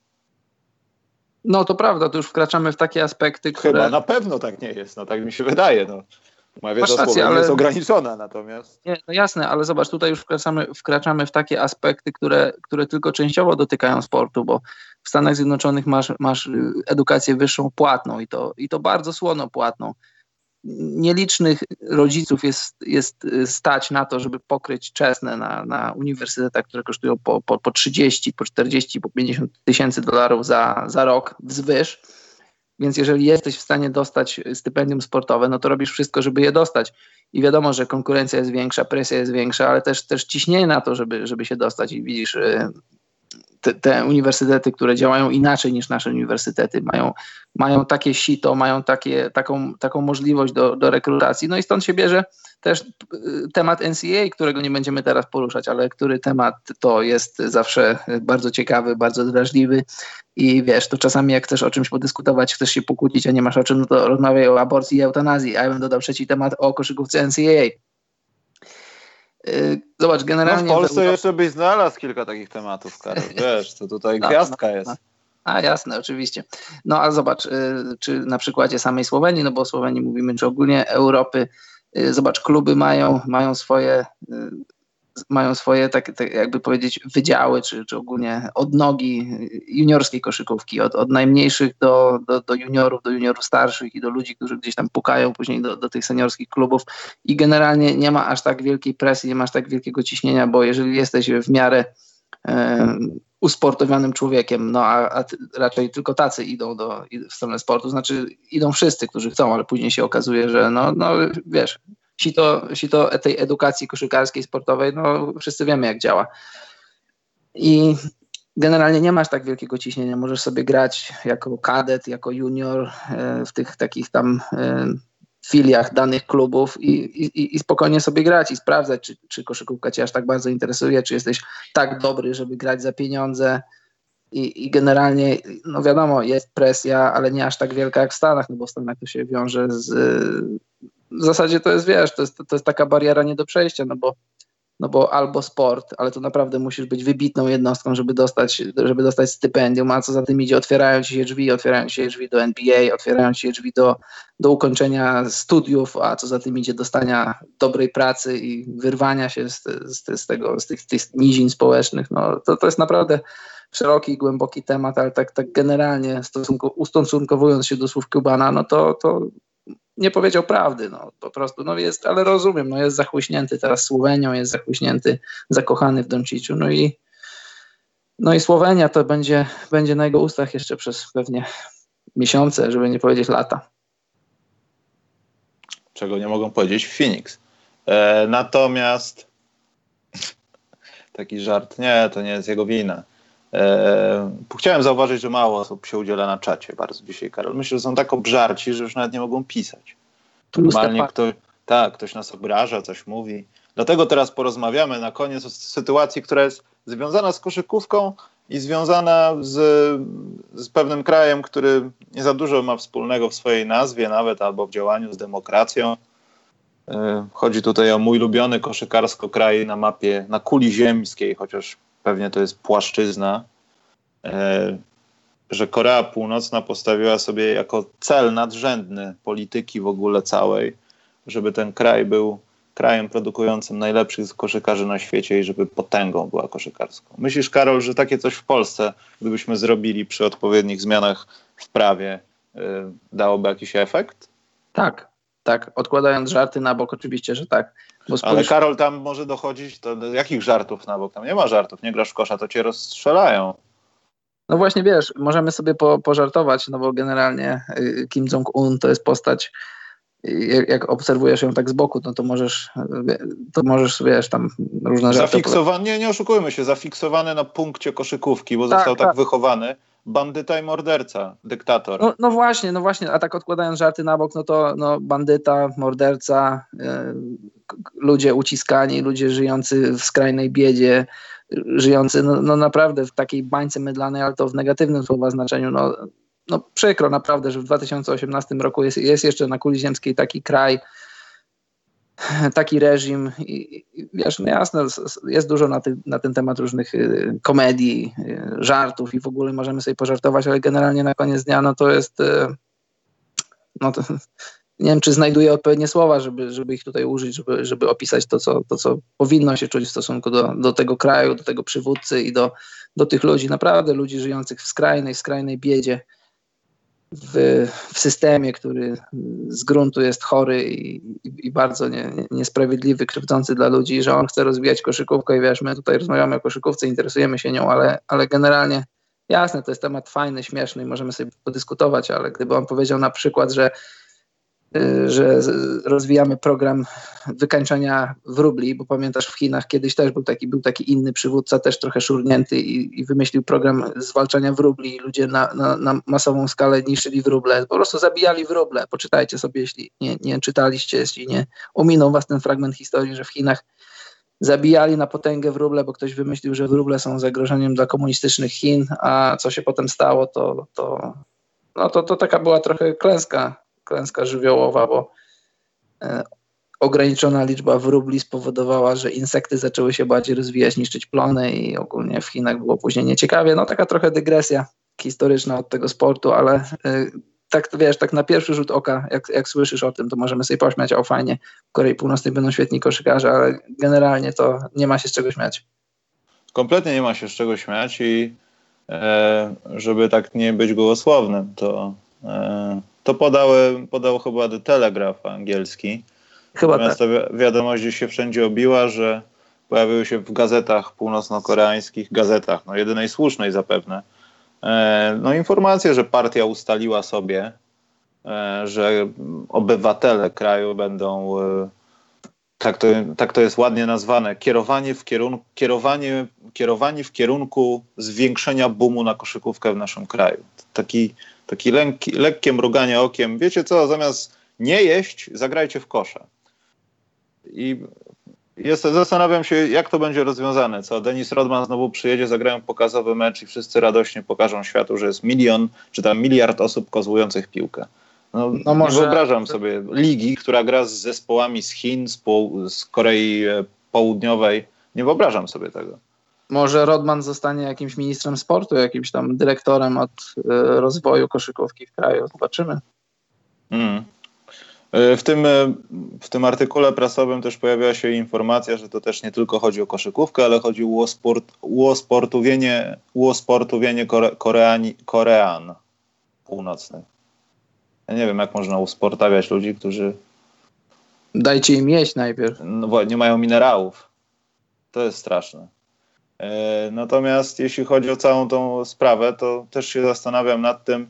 Speaker 2: No to prawda, to już wkraczamy w takie aspekty, które...
Speaker 1: Chyba na pewno tak nie jest, no tak mi się wydaje, no. Moja wiedza Słowenii jest ograniczona, natomiast...
Speaker 2: Nie, no jasne, ale zobacz, tutaj już wkraczamy w takie aspekty, które tylko częściowo dotykają sportu, bo w Stanach Zjednoczonych masz edukację wyższą płatną i to bardzo słono płatną. Nielicznych rodziców jest stać na to, żeby pokryć czesne na uniwersytetach, które kosztują po 30, po 40, po 50 tysięcy dolarów za rok wzwyż. Więc jeżeli jesteś w stanie dostać stypendium sportowe, no to robisz wszystko, żeby je dostać. I wiadomo, że konkurencja jest większa, presja jest większa, ale też ciśnienie na to, żeby się dostać. I widzisz, te uniwersytety, które działają inaczej niż nasze uniwersytety, mają takie sito, mają taką możliwość do rekrutacji. No i stąd się bierze też temat NCAA, którego nie będziemy teraz poruszać, ale który temat to jest zawsze bardzo ciekawy, bardzo drażliwy i wiesz, to czasami jak chcesz o czymś podyskutować, chcesz się pokłócić, a nie masz o czym, no to rozmawiaj o aborcji i eutanazji, a ja bym dodał trzeci temat o koszykówce NCAA. Zobacz, generalnie...
Speaker 1: No w Polsce jeszcze byś znalazł kilka takich tematów, Karol, wiesz, to tutaj gwiazdka jest.
Speaker 2: A jasne, oczywiście. No ale zobacz, czy na przykładzie samej Słowenii, no bo o Słowenii mówimy, czy ogólnie Europy, zobacz, kluby mają swoje tak jakby powiedzieć wydziały, czy ogólnie odnogi juniorskiej koszykówki, od najmniejszych do juniorów starszych i do ludzi, którzy gdzieś tam pukają później do tych seniorskich klubów i generalnie nie ma aż tak wielkiej presji, nie ma aż tak wielkiego ciśnienia, bo jeżeli jesteś w miarę usportowionym człowiekiem, no a raczej tylko tacy idą w stronę sportu, znaczy idą wszyscy, którzy chcą, ale później się okazuje, że no wiesz, sito tej edukacji koszykarskiej, sportowej, no wszyscy wiemy jak działa. I generalnie nie masz tak wielkiego ciśnienia, możesz sobie grać jako kadet, jako junior w tych takich tam filiach danych klubów i spokojnie sobie grać i sprawdzać, czy koszykówka cię aż tak bardzo interesuje, czy jesteś tak dobry, żeby grać za pieniądze i generalnie, no wiadomo, jest presja, ale nie aż tak wielka jak w Stanach, no bo w Stanach to się wiąże w zasadzie to jest, wiesz, to jest taka bariera nie do przejścia, no bo albo sport, ale to naprawdę musisz być wybitną jednostką, żeby dostać stypendium, a co za tym idzie, otwierają ci się drzwi do NBA, otwierają ci się drzwi do ukończenia studiów, a co za tym idzie, dostania dobrej pracy i wyrwania się z tych nizin społecznych. No, to jest naprawdę szeroki i głęboki temat, ale tak generalnie ustosunkowując się do słów Cubana, no to nie powiedział prawdy, no po prostu, no jest, ale rozumiem, no jest zachłyśnięty teraz Słowenią, jest zachłyśnięty, zakochany w Donciciu, no i Słowenia to będzie na jego ustach jeszcze przez pewnie miesiące, żeby nie powiedzieć lata.
Speaker 1: Czego nie mogą powiedzieć w Phoenix. Natomiast taki żart, nie, to nie jest jego wina. Chciałem zauważyć, że mało osób się udziela na czacie bardzo dzisiaj, Karol. Myślę, że są tak obżarci, że już nawet nie mogą pisać. Normalnie ktoś nas obraża, coś mówi. Dlatego teraz porozmawiamy na koniec o sytuacji, która jest związana z koszykówką i związana z pewnym krajem, który nie za dużo ma wspólnego w swojej nazwie nawet, albo w działaniu z demokracją. Chodzi tutaj o mój ulubiony koszykarsko kraj na mapie, na kuli ziemskiej, chociaż pewnie to jest płaszczyzna, że Korea Północna postawiła sobie jako cel nadrzędny polityki w ogóle całej, żeby ten kraj był krajem produkującym najlepszych koszykarzy na świecie i żeby potęgą była koszykarską. Myślisz, Karol, że takie coś w Polsce, gdybyśmy zrobili przy odpowiednich zmianach w prawie, dałoby jakiś efekt?
Speaker 2: Tak. Odkładając żarty na bok, oczywiście, że tak.
Speaker 1: Ale Karol, tam może dochodzić do jakich żartów na bok? Tam nie ma żartów, nie grasz w kosza, to cię rozstrzelają.
Speaker 2: No właśnie, wiesz, możemy sobie pożartować, no bo generalnie Kim Jong-un to jest postać, jak obserwujesz ją tak z boku, no to możesz, wiesz, tam różne żarty...
Speaker 1: Nie oszukujmy się, zafiksowany na punkcie koszykówki, bo został tak wychowany. Bandyta i morderca, dyktator.
Speaker 2: No właśnie, a tak odkładając żarty na bok, no to bandyta, morderca, ludzie uciskani, ludzie żyjący w skrajnej biedzie, żyjący no naprawdę w takiej bańce mydlanej, ale to w negatywnym słowa znaczeniu, no przykro naprawdę, że w 2018 roku jest jeszcze na kuli ziemskiej taki kraj, taki reżim i wiesz, no jasne, jest dużo na ten temat różnych komedii, żartów i w ogóle możemy sobie pożartować, ale generalnie na koniec dnia no to jest to, nie wiem, czy znajduję odpowiednie słowa, żeby ich tutaj użyć, żeby opisać to, co powinno się czuć w stosunku do tego kraju, do tego przywódcy i do tych ludzi, naprawdę ludzi żyjących w skrajnej biedzie, w systemie, który z gruntu jest chory i bardzo niesprawiedliwy, krzywdzący dla ludzi, że on chce rozwijać koszykówkę i wiesz, my tutaj rozmawiamy o koszykówce, interesujemy się nią, ale generalnie jasne, to jest temat fajny, śmieszny i możemy sobie podyskutować, ale gdyby on powiedział na przykład, że że rozwijamy program wykańczania wróbli, bo pamiętasz, w Chinach kiedyś też był taki inny przywódca, też trochę szurnięty i wymyślił program zwalczania wróbli. Ludzie na masową skalę niszczyli wróble, po prostu zabijali wróble. Poczytajcie sobie, jeśli nie czytaliście, jeśli nie ominął was ten fragment historii, że w Chinach zabijali na potęgę wróble, bo ktoś wymyślił, że wróble są zagrożeniem dla komunistycznych Chin, a co się potem stało, to taka była trochę klęska żywiołowa, bo ograniczona liczba wróbli spowodowała, że insekty zaczęły się bardziej rozwijać, niszczyć plony i ogólnie w Chinach było później nieciekawie. No taka trochę dygresja historyczna od tego sportu, ale tak wiesz, tak na pierwszy rzut oka, jak słyszysz o tym, to możemy sobie pośmiać, o fajnie, w Korei Północnej będą świetni koszykarze, ale generalnie to nie ma się z czego śmiać.
Speaker 1: Kompletnie nie ma się z czego śmiać i żeby tak nie być gołosłownym, to podał chyba The Telegraph angielski.
Speaker 2: Chyba
Speaker 1: natomiast
Speaker 2: tak.
Speaker 1: ta wiadomość gdzieś się wszędzie obiła, że pojawiły się w gazetach północno-koreańskich, jedynej słusznej zapewne, informacje, że partia ustaliła sobie, że obywatele kraju będą, tak to jest ładnie nazwane, kierowani w kierunku zwiększenia boomu na koszykówkę w naszym kraju. Taki lekkie mruganie okiem. Wiecie co, zamiast nie jeść, zagrajcie w kosza. I zastanawiam się, jak to będzie rozwiązane. Co, Dennis Rodman znowu przyjedzie, zagrają pokazowy mecz i wszyscy radośnie pokażą światu, że jest 1 milion czy tam 1 miliard osób kozłujących piłkę. No może... Nie wyobrażam sobie ligi, która gra z zespołami z Chin, z Korei Południowej. Nie wyobrażam sobie tego.
Speaker 2: Może Rodman zostanie jakimś ministrem sportu, jakimś tam dyrektorem od rozwoju koszykówki w kraju. Zobaczymy.
Speaker 1: W tym artykule prasowym też pojawiła się informacja, że to też nie tylko chodzi o koszykówkę, ale chodzi o uosportowienie Korean Północnych. Ja nie wiem, jak można usportawiać ludzi, którzy...
Speaker 2: Dajcie im jeść najpierw.
Speaker 1: No, nie mają minerałów. To jest straszne. Natomiast jeśli chodzi o całą tą sprawę, to też się zastanawiam nad tym,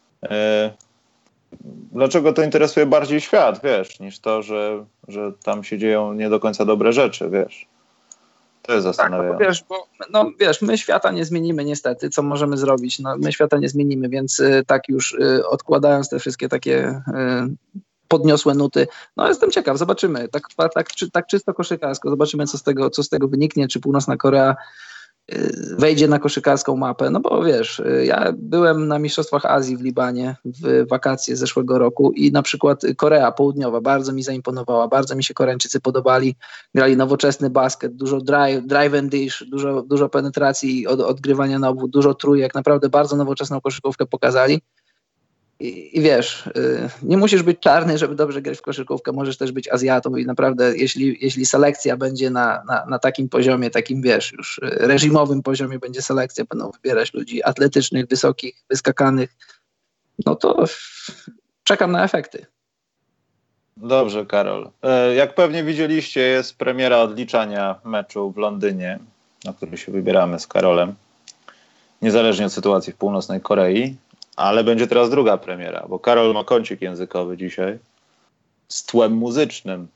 Speaker 1: dlaczego to interesuje bardziej świat, wiesz, niż to, że tam się dzieją nie do końca dobre rzeczy, wiesz. To jest zastanawiające.
Speaker 2: Tak, wiesz, my świata nie zmienimy niestety, co możemy zrobić? No, my świata nie zmienimy, więc tak już odkładając te wszystkie takie podniosłe nuty, no jestem ciekaw, zobaczymy, tak czysto koszykarsko, zobaczymy co z tego wyniknie, czy Północna Korea wejdzie na koszykarską mapę, no bo wiesz, ja byłem na Mistrzostwach Azji w Libanie w wakacje zeszłego roku i na przykład Korea Południowa bardzo mi zaimponowała, bardzo mi się Koreańczycy podobali, grali nowoczesny basket, dużo drive and dish, dużo penetracji, odgrywania na obwód, dużo trójek, naprawdę bardzo nowoczesną koszykówkę pokazali. I wiesz, nie musisz być czarny, żeby dobrze grać w koszykówkę, możesz też być Azjatą i naprawdę jeśli selekcja będzie na takim poziomie, takim wiesz, już reżimowym poziomie będzie selekcja, będą wybierać ludzi atletycznych, wysokich, wyskakanych, no to czekam na efekty.
Speaker 1: Dobrze, Karol. Jak pewnie widzieliście, jest premiera odliczania meczu w Londynie, na który się wybieramy z Karolem, niezależnie od sytuacji w Północnej Korei. Ale będzie teraz druga premiera, bo Karol ma kącik językowy dzisiaj z tłem muzycznym.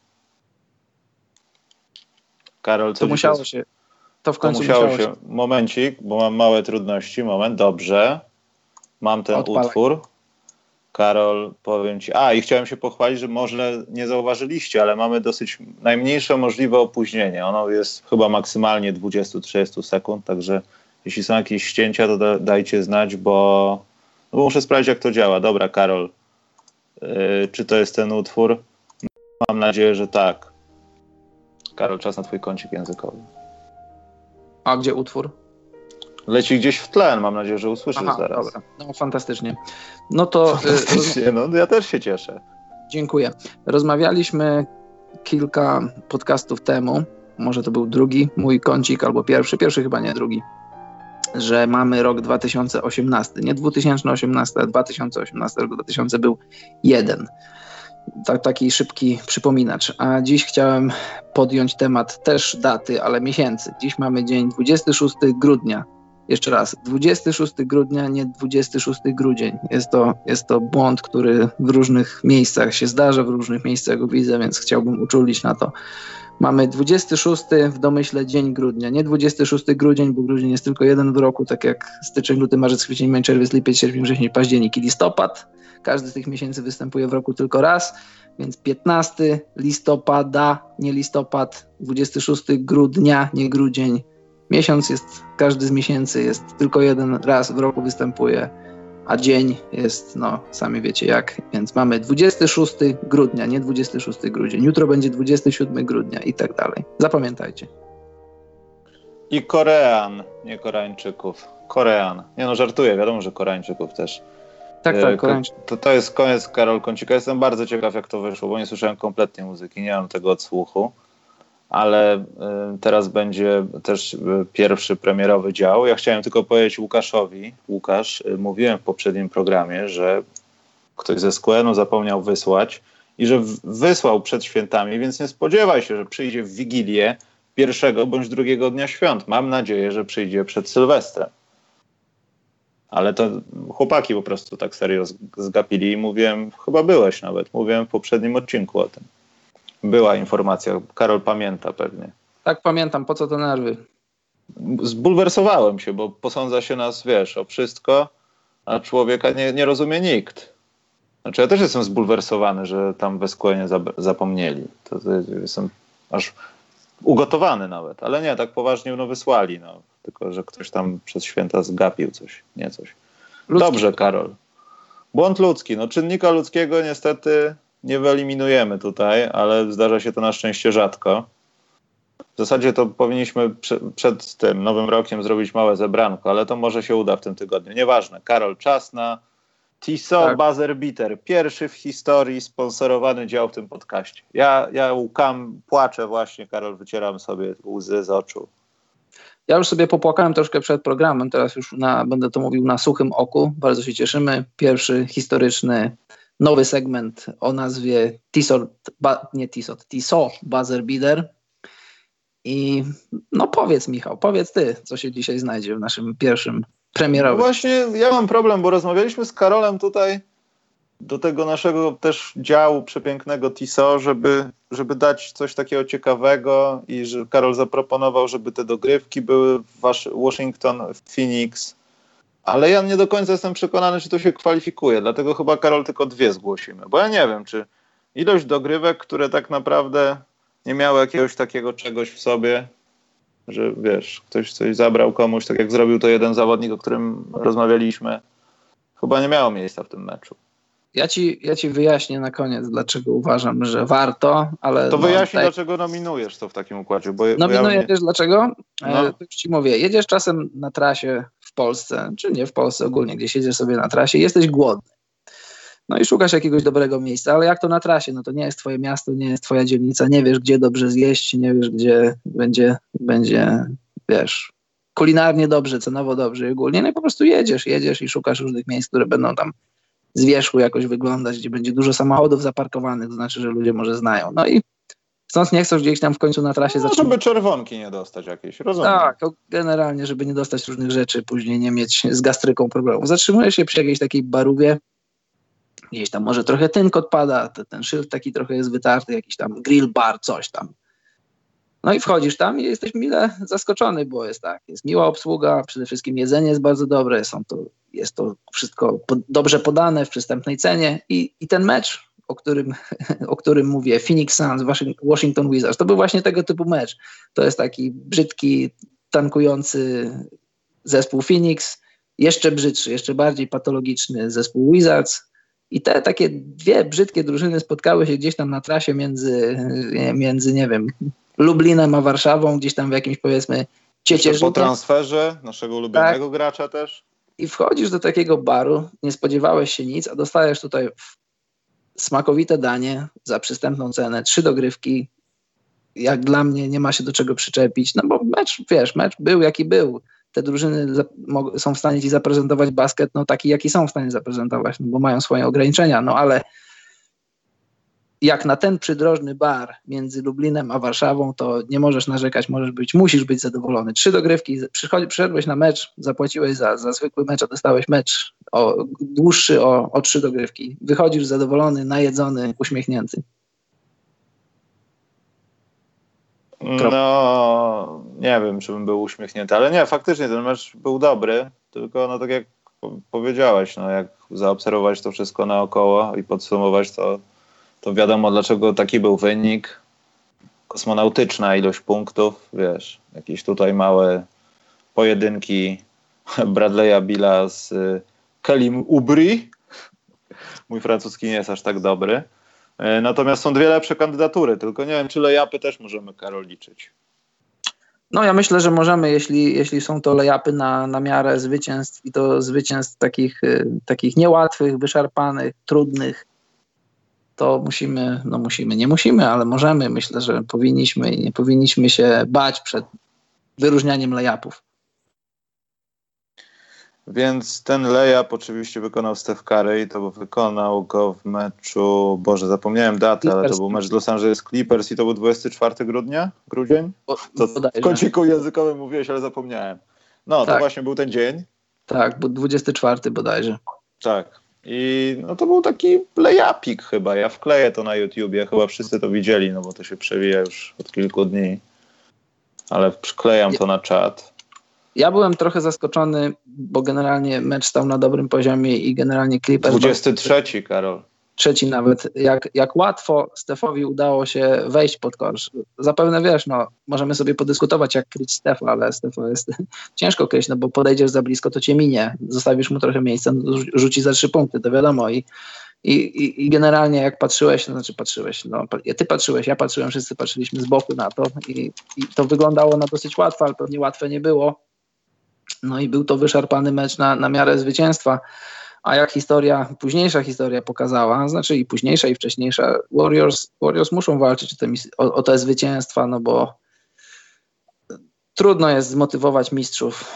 Speaker 1: Karol, co
Speaker 2: musiało się. To w końcu musiało się.
Speaker 1: Momencik, bo mam małe trudności. Moment, dobrze. Mam ten utwór. Karol, powiem ci... i chciałem się pochwalić, że może nie zauważyliście, ale mamy dosyć najmniejsze możliwe opóźnienie. Ono jest chyba maksymalnie 20-30 sekund, także jeśli są jakieś ścięcia, to dajcie znać, bo muszę sprawdzić, jak to działa. Dobra, Karol, czy to jest ten utwór? Mam nadzieję, że tak. Karol, czas na twój kącik językowy.
Speaker 2: A gdzie utwór?
Speaker 1: Leci gdzieś w tlen, mam nadzieję, że usłyszysz zaraz.
Speaker 2: Dobra. No fantastycznie. No to...
Speaker 1: Fantastycznie, ja też się cieszę.
Speaker 2: Dziękuję. Rozmawialiśmy kilka podcastów temu, może to był drugi mój kącik albo pierwszy chyba nie, drugi, że mamy rok 2018, nie 2018, a 2018, rok 2000 był 1. Taki szybki przypominacz. A dziś chciałem podjąć temat też daty, ale miesięcy. Dziś mamy dzień 26 grudnia. Jeszcze raz, 26 grudnia, nie 26 grudzień. Jest to błąd, który w różnych miejscach się zdarza, w różnych miejscach go widzę, więc chciałbym uczulić na to. Mamy 26 w domyśle dzień grudnia, nie 26 grudzień, bo grudzień jest tylko jeden w roku, tak jak styczeń, luty, marzec, kwiecień, maj, czerwiec, lipiec, sierpień, wrzesień, październik i listopad. Każdy z tych miesięcy występuje w roku tylko raz, więc 15 listopada, nie listopad, 26 grudnia, nie grudzień. Miesiąc jest, każdy z miesięcy jest tylko jeden raz w roku występuje, a dzień jest, no sami wiecie jak, więc mamy 26 grudnia, nie 26 grudzień. Jutro będzie 27 grudnia i tak dalej. Zapamiętajcie.
Speaker 1: I Korean, nie Koreańczyków. Korean. Nie no, żartuję, wiadomo, że Koreańczyków też.
Speaker 2: Tak, Koreańczyków.
Speaker 1: To jest koniec Karol Kącika. Jestem bardzo ciekaw, jak to wyszło, bo nie słyszałem kompletnie muzyki, nie mam tego odsłuchu. Ale teraz będzie też pierwszy premierowy dział. Ja chciałem tylko powiedzieć Łukaszowi. Łukasz, mówiłem w poprzednim programie, że ktoś ze Square zapomniał wysłać i że wysłał przed świętami, więc nie spodziewaj się, że przyjdzie w Wigilię pierwszego bądź drugiego dnia świąt. Mam nadzieję, że przyjdzie przed Sylwestrem. Ale to chłopaki po prostu tak serio zgapili i mówiłem, chyba byłeś nawet, mówiłem w poprzednim odcinku o tym. Była informacja, Karol pamięta pewnie.
Speaker 2: Tak, pamiętam, po co te nerwy?
Speaker 1: Zbulwersowałem się, bo posądza się nas, wiesz, o wszystko, a człowieka nie rozumie nikt. Znaczy ja też jestem zbulwersowany, że tam we Skłenie zapomnieli. To jestem aż ugotowany nawet, ale nie, tak poważnie wysłali, no. Tylko że ktoś tam przez święta zgapił coś, nie coś. Dobrze, Karol. Błąd ludzki, no czynnika ludzkiego niestety nie wyeliminujemy tutaj, ale zdarza się to na szczęście rzadko. W zasadzie to powinniśmy przed tym nowym rokiem zrobić małe zebranko, ale to może się uda w tym tygodniu. Nieważne. Karol, czas na Tissot Buzzer Beater. Pierwszy w historii sponsorowany dział w tym podcaście. Ja łkam, płaczę właśnie, Karol, wycieram sobie łzy z oczu.
Speaker 2: Ja już sobie popłakałem troszkę przed programem, teraz już będę to mówił na suchym oku. Bardzo się cieszymy. Pierwszy historyczny nowy segment o nazwie Tissot Buzzer Beater. I no powiedz, Michał, powiedz ty, co się dzisiaj znajdzie w naszym pierwszym premierowym.
Speaker 1: No właśnie, ja mam problem, bo rozmawialiśmy z Karolem tutaj do tego naszego też działu przepięknego Tissot, żeby dać coś takiego ciekawego i że Karol zaproponował, żeby te dogrywki były w Washington, Phoenix, ale ja nie do końca jestem przekonany, czy to się kwalifikuje, dlatego chyba, Karol, tylko 2 zgłosimy, bo ja nie wiem, czy ilość dogrywek, które tak naprawdę nie miały jakiegoś takiego czegoś w sobie, że wiesz, ktoś coś zabrał komuś, tak jak zrobił to jeden zawodnik, o którym rozmawialiśmy, chyba nie miało miejsca w tym meczu.
Speaker 2: Ja ci wyjaśnię na koniec, dlaczego uważam, że warto, ale...
Speaker 1: To wyjaśnij, dlaczego nominujesz to w takim układzie.
Speaker 2: Nominuję też dlaczego? No. To już ci mówię, jedziesz czasem na trasie w Polsce, czy nie w Polsce ogólnie, gdzieś jedziesz sobie na trasie, jesteś głodny. No i szukasz jakiegoś dobrego miejsca, ale jak to na trasie? No to nie jest twoje miasto, nie jest twoja dzielnica, nie wiesz, gdzie dobrze zjeść, nie wiesz, gdzie będzie, wiesz, kulinarnie dobrze, cenowo dobrze i ogólnie. No i po prostu jedziesz i szukasz różnych miejsc, które będą tam z wierzchu jakoś wyglądać, gdzie będzie dużo samochodów zaparkowanych, to znaczy, że ludzie może znają. No i chcąc nie chcesz gdzieś tam w końcu na trasie
Speaker 1: żeby czerwonki nie dostać jakieś, rozumiem.
Speaker 2: Tak, generalnie, żeby nie dostać różnych rzeczy, później nie mieć z gastryką problemów. Zatrzymujesz się przy jakiejś takiej barówie, gdzieś tam może trochę tynk odpada, ten szyld taki trochę jest wytarty, jakiś tam grill bar, coś tam. No i wchodzisz tam i jesteś mile zaskoczony, bo jest miła obsługa, przede wszystkim jedzenie jest bardzo dobre, jest to wszystko dobrze podane w przystępnej cenie i ten mecz, o którym mówię, Phoenix Suns, Washington Wizards, to był właśnie tego typu mecz. To jest taki brzydki, tankujący zespół Phoenix, jeszcze brzydszy, jeszcze bardziej patologiczny zespół Wizards. I te takie 2 brzydkie drużyny spotkały się gdzieś tam na trasie między nie wiem, Lublinem a Warszawą, gdzieś tam w jakimś, powiedzmy, Ciecierzynie.
Speaker 1: Po transferze naszego ulubionego gracza też. I
Speaker 2: wchodzisz do takiego baru, nie spodziewałeś się nic, a dostajesz tutaj smakowite danie za przystępną cenę, 3 dogrywki. Jak dla mnie nie ma się do czego przyczepić, no bo mecz był jaki był. Te drużyny są w stanie ci zaprezentować basket, no taki jaki są w stanie zaprezentować, no bo mają swoje ograniczenia, no ale jak na ten przydrożny bar między Lublinem a Warszawą, to nie możesz narzekać, musisz być zadowolony. 3 dogrywki, przyszedłeś na mecz, zapłaciłeś za zwykły mecz, a dostałeś mecz dłuższy o 3 dogrywki. Wychodzisz zadowolony, najedzony, uśmiechnięty.
Speaker 1: No, nie wiem, czy bym był uśmiechnięty, ale nie, faktycznie ten mecz był dobry, tylko no tak jak powiedziałeś, no jak zaobserwować to wszystko naokoło i podsumować, to wiadomo, dlaczego taki był wynik. Kosmonautyczna ilość punktów, wiesz, jakieś tutaj małe pojedynki Bradley'a Billa z Kelim Ubry. Mój francuski nie jest aż tak dobry. Natomiast są 2 lepsze kandydatury, tylko nie wiem, czy lay-upy też możemy, Karol, liczyć.
Speaker 2: No ja myślę, że możemy, jeśli są to lay-upy na miarę zwycięstw i to zwycięstw takich niełatwych, wyszarpanych, trudnych, to nie musimy, ale możemy. Myślę, że powinniśmy i nie powinniśmy się bać przed wyróżnianiem lay-upów.
Speaker 1: Więc ten layup oczywiście wykonał Steph Curry i to wykonał go w meczu, Boże, zapomniałem daty, ale to był mecz Los Angeles Clippers i to był 24 grudnia? Grudzień? To w kąciku językowym mówiłeś, ale zapomniałem. No, tak. To właśnie był ten dzień.
Speaker 2: Tak, był 24 bodajże.
Speaker 1: Tak. I no to był taki layupik chyba. Ja wkleję to na YouTubie, chyba wszyscy to widzieli, no bo to się przewija już od kilku dni. Ale przyklejam to na czat.
Speaker 2: Ja byłem trochę zaskoczony, bo generalnie mecz stał na dobrym poziomie i generalnie Clippers...
Speaker 1: 23, Karol.
Speaker 2: 3 nawet. Jak łatwo Stefowi udało się wejść pod kosz. Zapewne wiesz, no możemy sobie podyskutować, jak kryć Stefa, ale Stefa jest ciężko kryć, no bo podejdziesz za blisko, to cię minie. Zostawisz mu trochę miejsca, no, rzuci za 3 punkty, to wiadomo. I generalnie jak patrzyłeś, ty patrzyłeś, ja patrzyłem, wszyscy patrzyliśmy z boku na to i to wyglądało na dosyć łatwo, ale pewnie łatwe nie było. No i był to wyszarpany mecz na miarę zwycięstwa. A jak późniejsza historia pokazała, znaczy i późniejsza i wcześniejsza, Warriors muszą walczyć o te zwycięstwa, no bo trudno jest zmotywować mistrzów,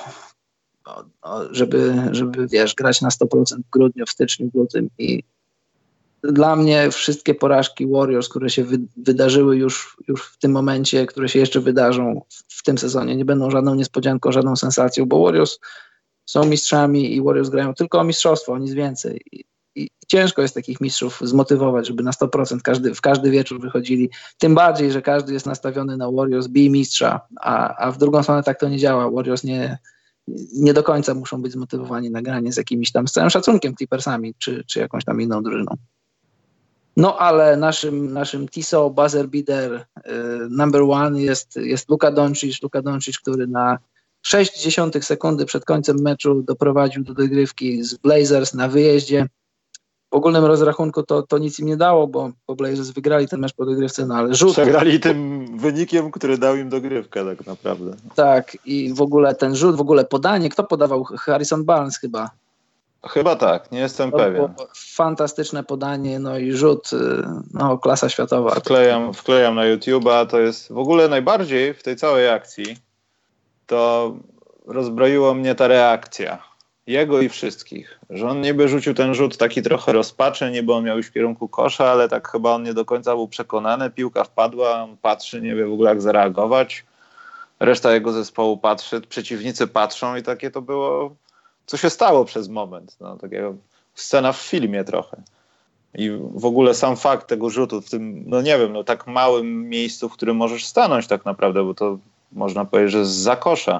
Speaker 2: żeby wiesz, grać na 100% w grudniu, w styczniu, w lutym i dla mnie wszystkie porażki Warriors, które się wydarzyły już w tym momencie, które się jeszcze wydarzą w tym sezonie, nie będą żadną niespodzianką, żadną sensacją, bo Warriors są mistrzami i Warriors grają tylko o mistrzostwo, o nic więcej. I ciężko jest takich mistrzów zmotywować, żeby na 100% w każdy wieczór wychodzili. Tym bardziej, że każdy jest nastawiony na Warriors, bij mistrza, a w drugą stronę tak to nie działa. Warriors nie do końca muszą być zmotywowani na granie z jakimiś tam, z całym szacunkiem Clippersami, czy jakąś tam inną drużyną. No ale naszym TISO buzzer beater number one jest Luka Doncic, który na 0,6 sekundy przed końcem meczu doprowadził do dogrywki z Blazers na wyjeździe. W ogólnym rozrachunku to nic im nie dało, bo Blazers wygrali ten mecz po dogrywce, no ale rzut...
Speaker 1: Przegrali tym wynikiem, który dał im dogrywkę tak naprawdę.
Speaker 2: Tak, i w ogóle ten rzut, w ogóle podanie, kto podawał? Harrison Barnes chyba.
Speaker 1: Chyba tak, nie jestem pewien.
Speaker 2: Fantastyczne podanie, no i rzut, no klasa światowa.
Speaker 1: Wklejam na YouTube'a, to jest w ogóle najbardziej w tej całej akcji, to rozbroiło mnie ta reakcja jego i wszystkich, że on niby rzucił ten rzut taki trochę rozpaczy, niby on miał iść w kierunku kosza, ale tak chyba on nie do końca był przekonany, piłka wpadła, on patrzy, nie wie w ogóle jak zareagować, reszta jego zespołu patrzy, przeciwnicy patrzą i takie to było, co się stało przez moment, no takiego scena w filmie trochę. I w ogóle sam fakt tego rzutu w tym, no nie wiem, no tak małym miejscu, w którym możesz stanąć tak naprawdę, bo to można powiedzieć, że zza kosza.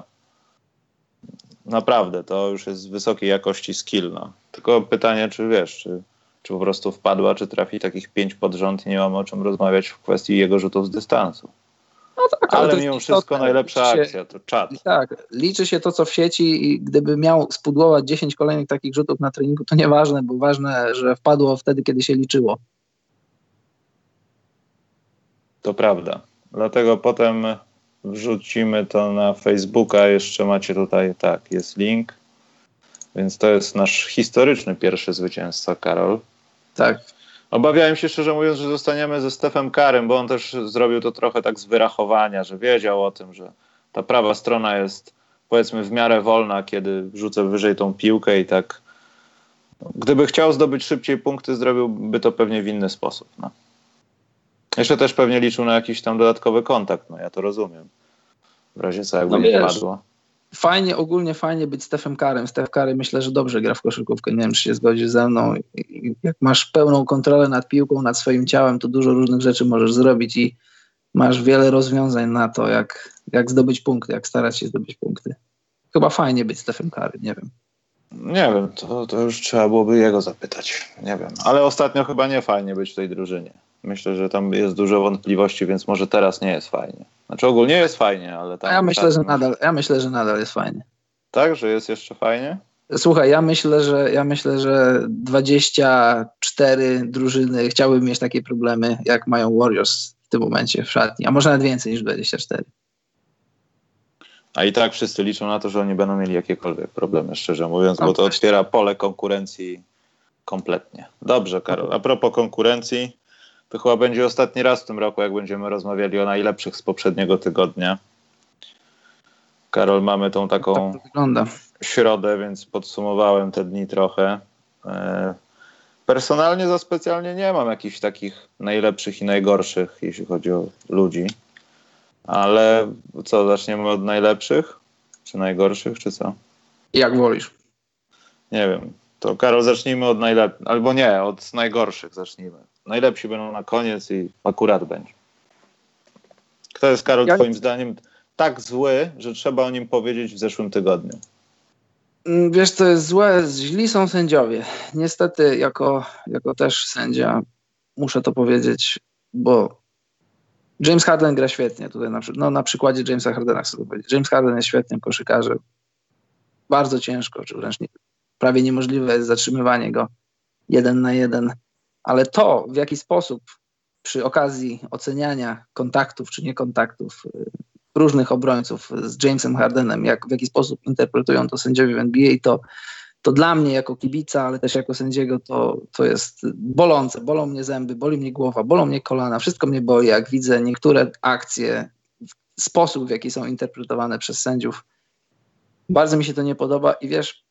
Speaker 1: Naprawdę, to już jest wysokiej jakości skill. No. Tylko pytanie, czy wiesz, czy po prostu wpadła, czy trafi takich 5 pod rząd i nie mamy o czym rozmawiać w kwestii jego rzutów z dystansu.
Speaker 2: No tak,
Speaker 1: ale mimo wszystko najlepsza akcja to czat.
Speaker 2: Tak, liczy się to, co w sieci i gdyby miał spudłować 10 kolejnych takich rzutów na treningu, to nieważne, bo ważne, że wpadło wtedy, kiedy się liczyło.
Speaker 1: To prawda. Dlatego potem wrzucimy to na Facebooka. Jeszcze macie tutaj, tak, jest link. Więc to jest nasz historyczny pierwszy zwycięzca, Karol.
Speaker 2: Tak.
Speaker 1: Obawiałem się, szczerze mówiąc, że zostaniemy ze Stephem Currym, bo on też zrobił to trochę tak z wyrachowania, że wiedział o tym, że ta prawa strona jest, powiedzmy, w miarę wolna, kiedy rzucę wyżej tą piłkę i tak. Gdyby chciał zdobyć szybciej punkty, zrobiłby to pewnie w inny sposób. No. Jeszcze też pewnie liczył na jakiś tam dodatkowy kontakt, ja to rozumiem. W razie co, jakby nie padło.
Speaker 2: Ogólnie fajnie być Stephem Currym. Steph Curry myślę, że dobrze gra w koszykówkę. Nie wiem, czy się zgodzisz ze mną. Jak masz pełną kontrolę nad piłką, nad swoim ciałem, to dużo różnych rzeczy możesz zrobić i masz wiele rozwiązań na to, jak zdobyć punkty, jak starać się zdobyć punkty. Chyba fajnie być Stephem Curry, nie wiem.
Speaker 1: Nie wiem, to już trzeba byłoby jego zapytać. Nie wiem, ale ostatnio chyba nie fajnie być w tej drużynie. Myślę, że tam jest dużo wątpliwości, więc może teraz nie jest fajnie. Znaczy ogólnie jest fajnie, ale tam...
Speaker 2: Ja myślę, że nadal jest fajnie.
Speaker 1: Tak, że jest jeszcze fajnie?
Speaker 2: Słuchaj, ja myślę, że 24 drużyny chciałyby mieć takie problemy, jak mają Warriors w tym momencie w szatni, a może nawet więcej niż 24.
Speaker 1: A i tak wszyscy liczą na to, że oni będą mieli jakiekolwiek problemy, szczerze mówiąc, bo to otwiera pole konkurencji kompletnie. Dobrze, Karol. A propos konkurencji, to chyba będzie ostatni raz w tym roku, jak będziemy rozmawiali o najlepszych z poprzedniego tygodnia. Karol, mamy tą taką środę, więc podsumowałem te dni trochę. Personalnie za specjalnie nie mam jakichś takich najlepszych i najgorszych, jeśli chodzi o ludzi. Ale co, zaczniemy od najlepszych? Czy najgorszych, czy co?
Speaker 2: Jak wolisz.
Speaker 1: Nie wiem. To Karol, zacznijmy od najlepszych. Albo nie, od najgorszych zacznijmy. Najlepsi będą na koniec i akurat będzie. Kto jest, Karol, twoim zdaniem tak zły, że trzeba o nim powiedzieć w zeszłym tygodniu?
Speaker 2: Wiesz, co jest złe? Źli są sędziowie. Niestety, jako też sędzia muszę to powiedzieć, bo James Harden gra świetnie. Tutaj na przykładzie Jamesa Hardena chcę to powiedzieć. James Harden jest świetnym koszykarzem. Bardzo ciężko, czy wręcz prawie niemożliwe jest zatrzymywanie go 1 na 1. Ale to, w jaki sposób przy okazji oceniania kontaktów czy niekontaktów różnych obrońców z Jamesem Hardenem, w jaki sposób interpretują to sędziowie w NBA, to dla mnie jako kibica, ale też jako sędziego to jest bolące. Bolą mnie zęby, boli mnie głowa, bolą mnie kolana, wszystko mnie boli, jak widzę niektóre akcje, sposób, w jaki są interpretowane przez sędziów. Bardzo mi się to nie podoba i wiesz,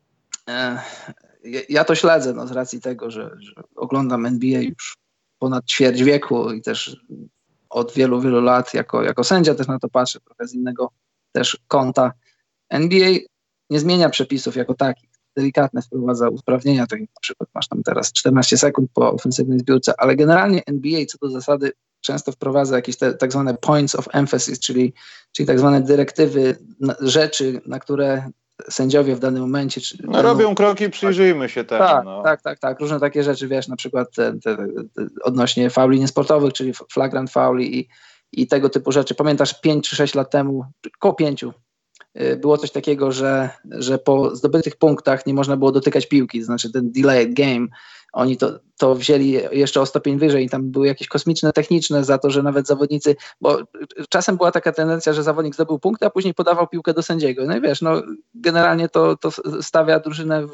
Speaker 2: ja to śledzę z racji tego, że oglądam NBA już ponad ćwierć wieku i też od wielu, wielu lat jako sędzia też na to patrzę, trochę z innego też kąta. NBA nie zmienia przepisów jako takich. Delikatne wprowadza usprawnienia, tak jak na przykład masz tam teraz 14 sekund po ofensywnej zbiórce, ale generalnie NBA co do zasady często wprowadza jakieś tak zwane points of emphasis, czyli tak zwane dyrektywy, rzeczy, na które sędziowie w danym momencie...
Speaker 1: robią kroki, przyjrzyjmy się temu.
Speaker 2: Tak. Różne takie rzeczy, wiesz, na przykład te odnośnie fauli niesportowych, czyli flagrant fauli i tego typu rzeczy. Pamiętasz 5 czy 6 lat temu, koło 5, było coś takiego, że po zdobytych punktach nie można było dotykać piłki, to znaczy ten delayed game. Oni to wzięli jeszcze o stopień wyżej i tam były jakieś kosmiczne, techniczne za to, że nawet zawodnicy, bo czasem była taka tendencja, że zawodnik zdobył punkty, a później podawał piłkę do sędziego. No i wiesz, generalnie to stawia drużynę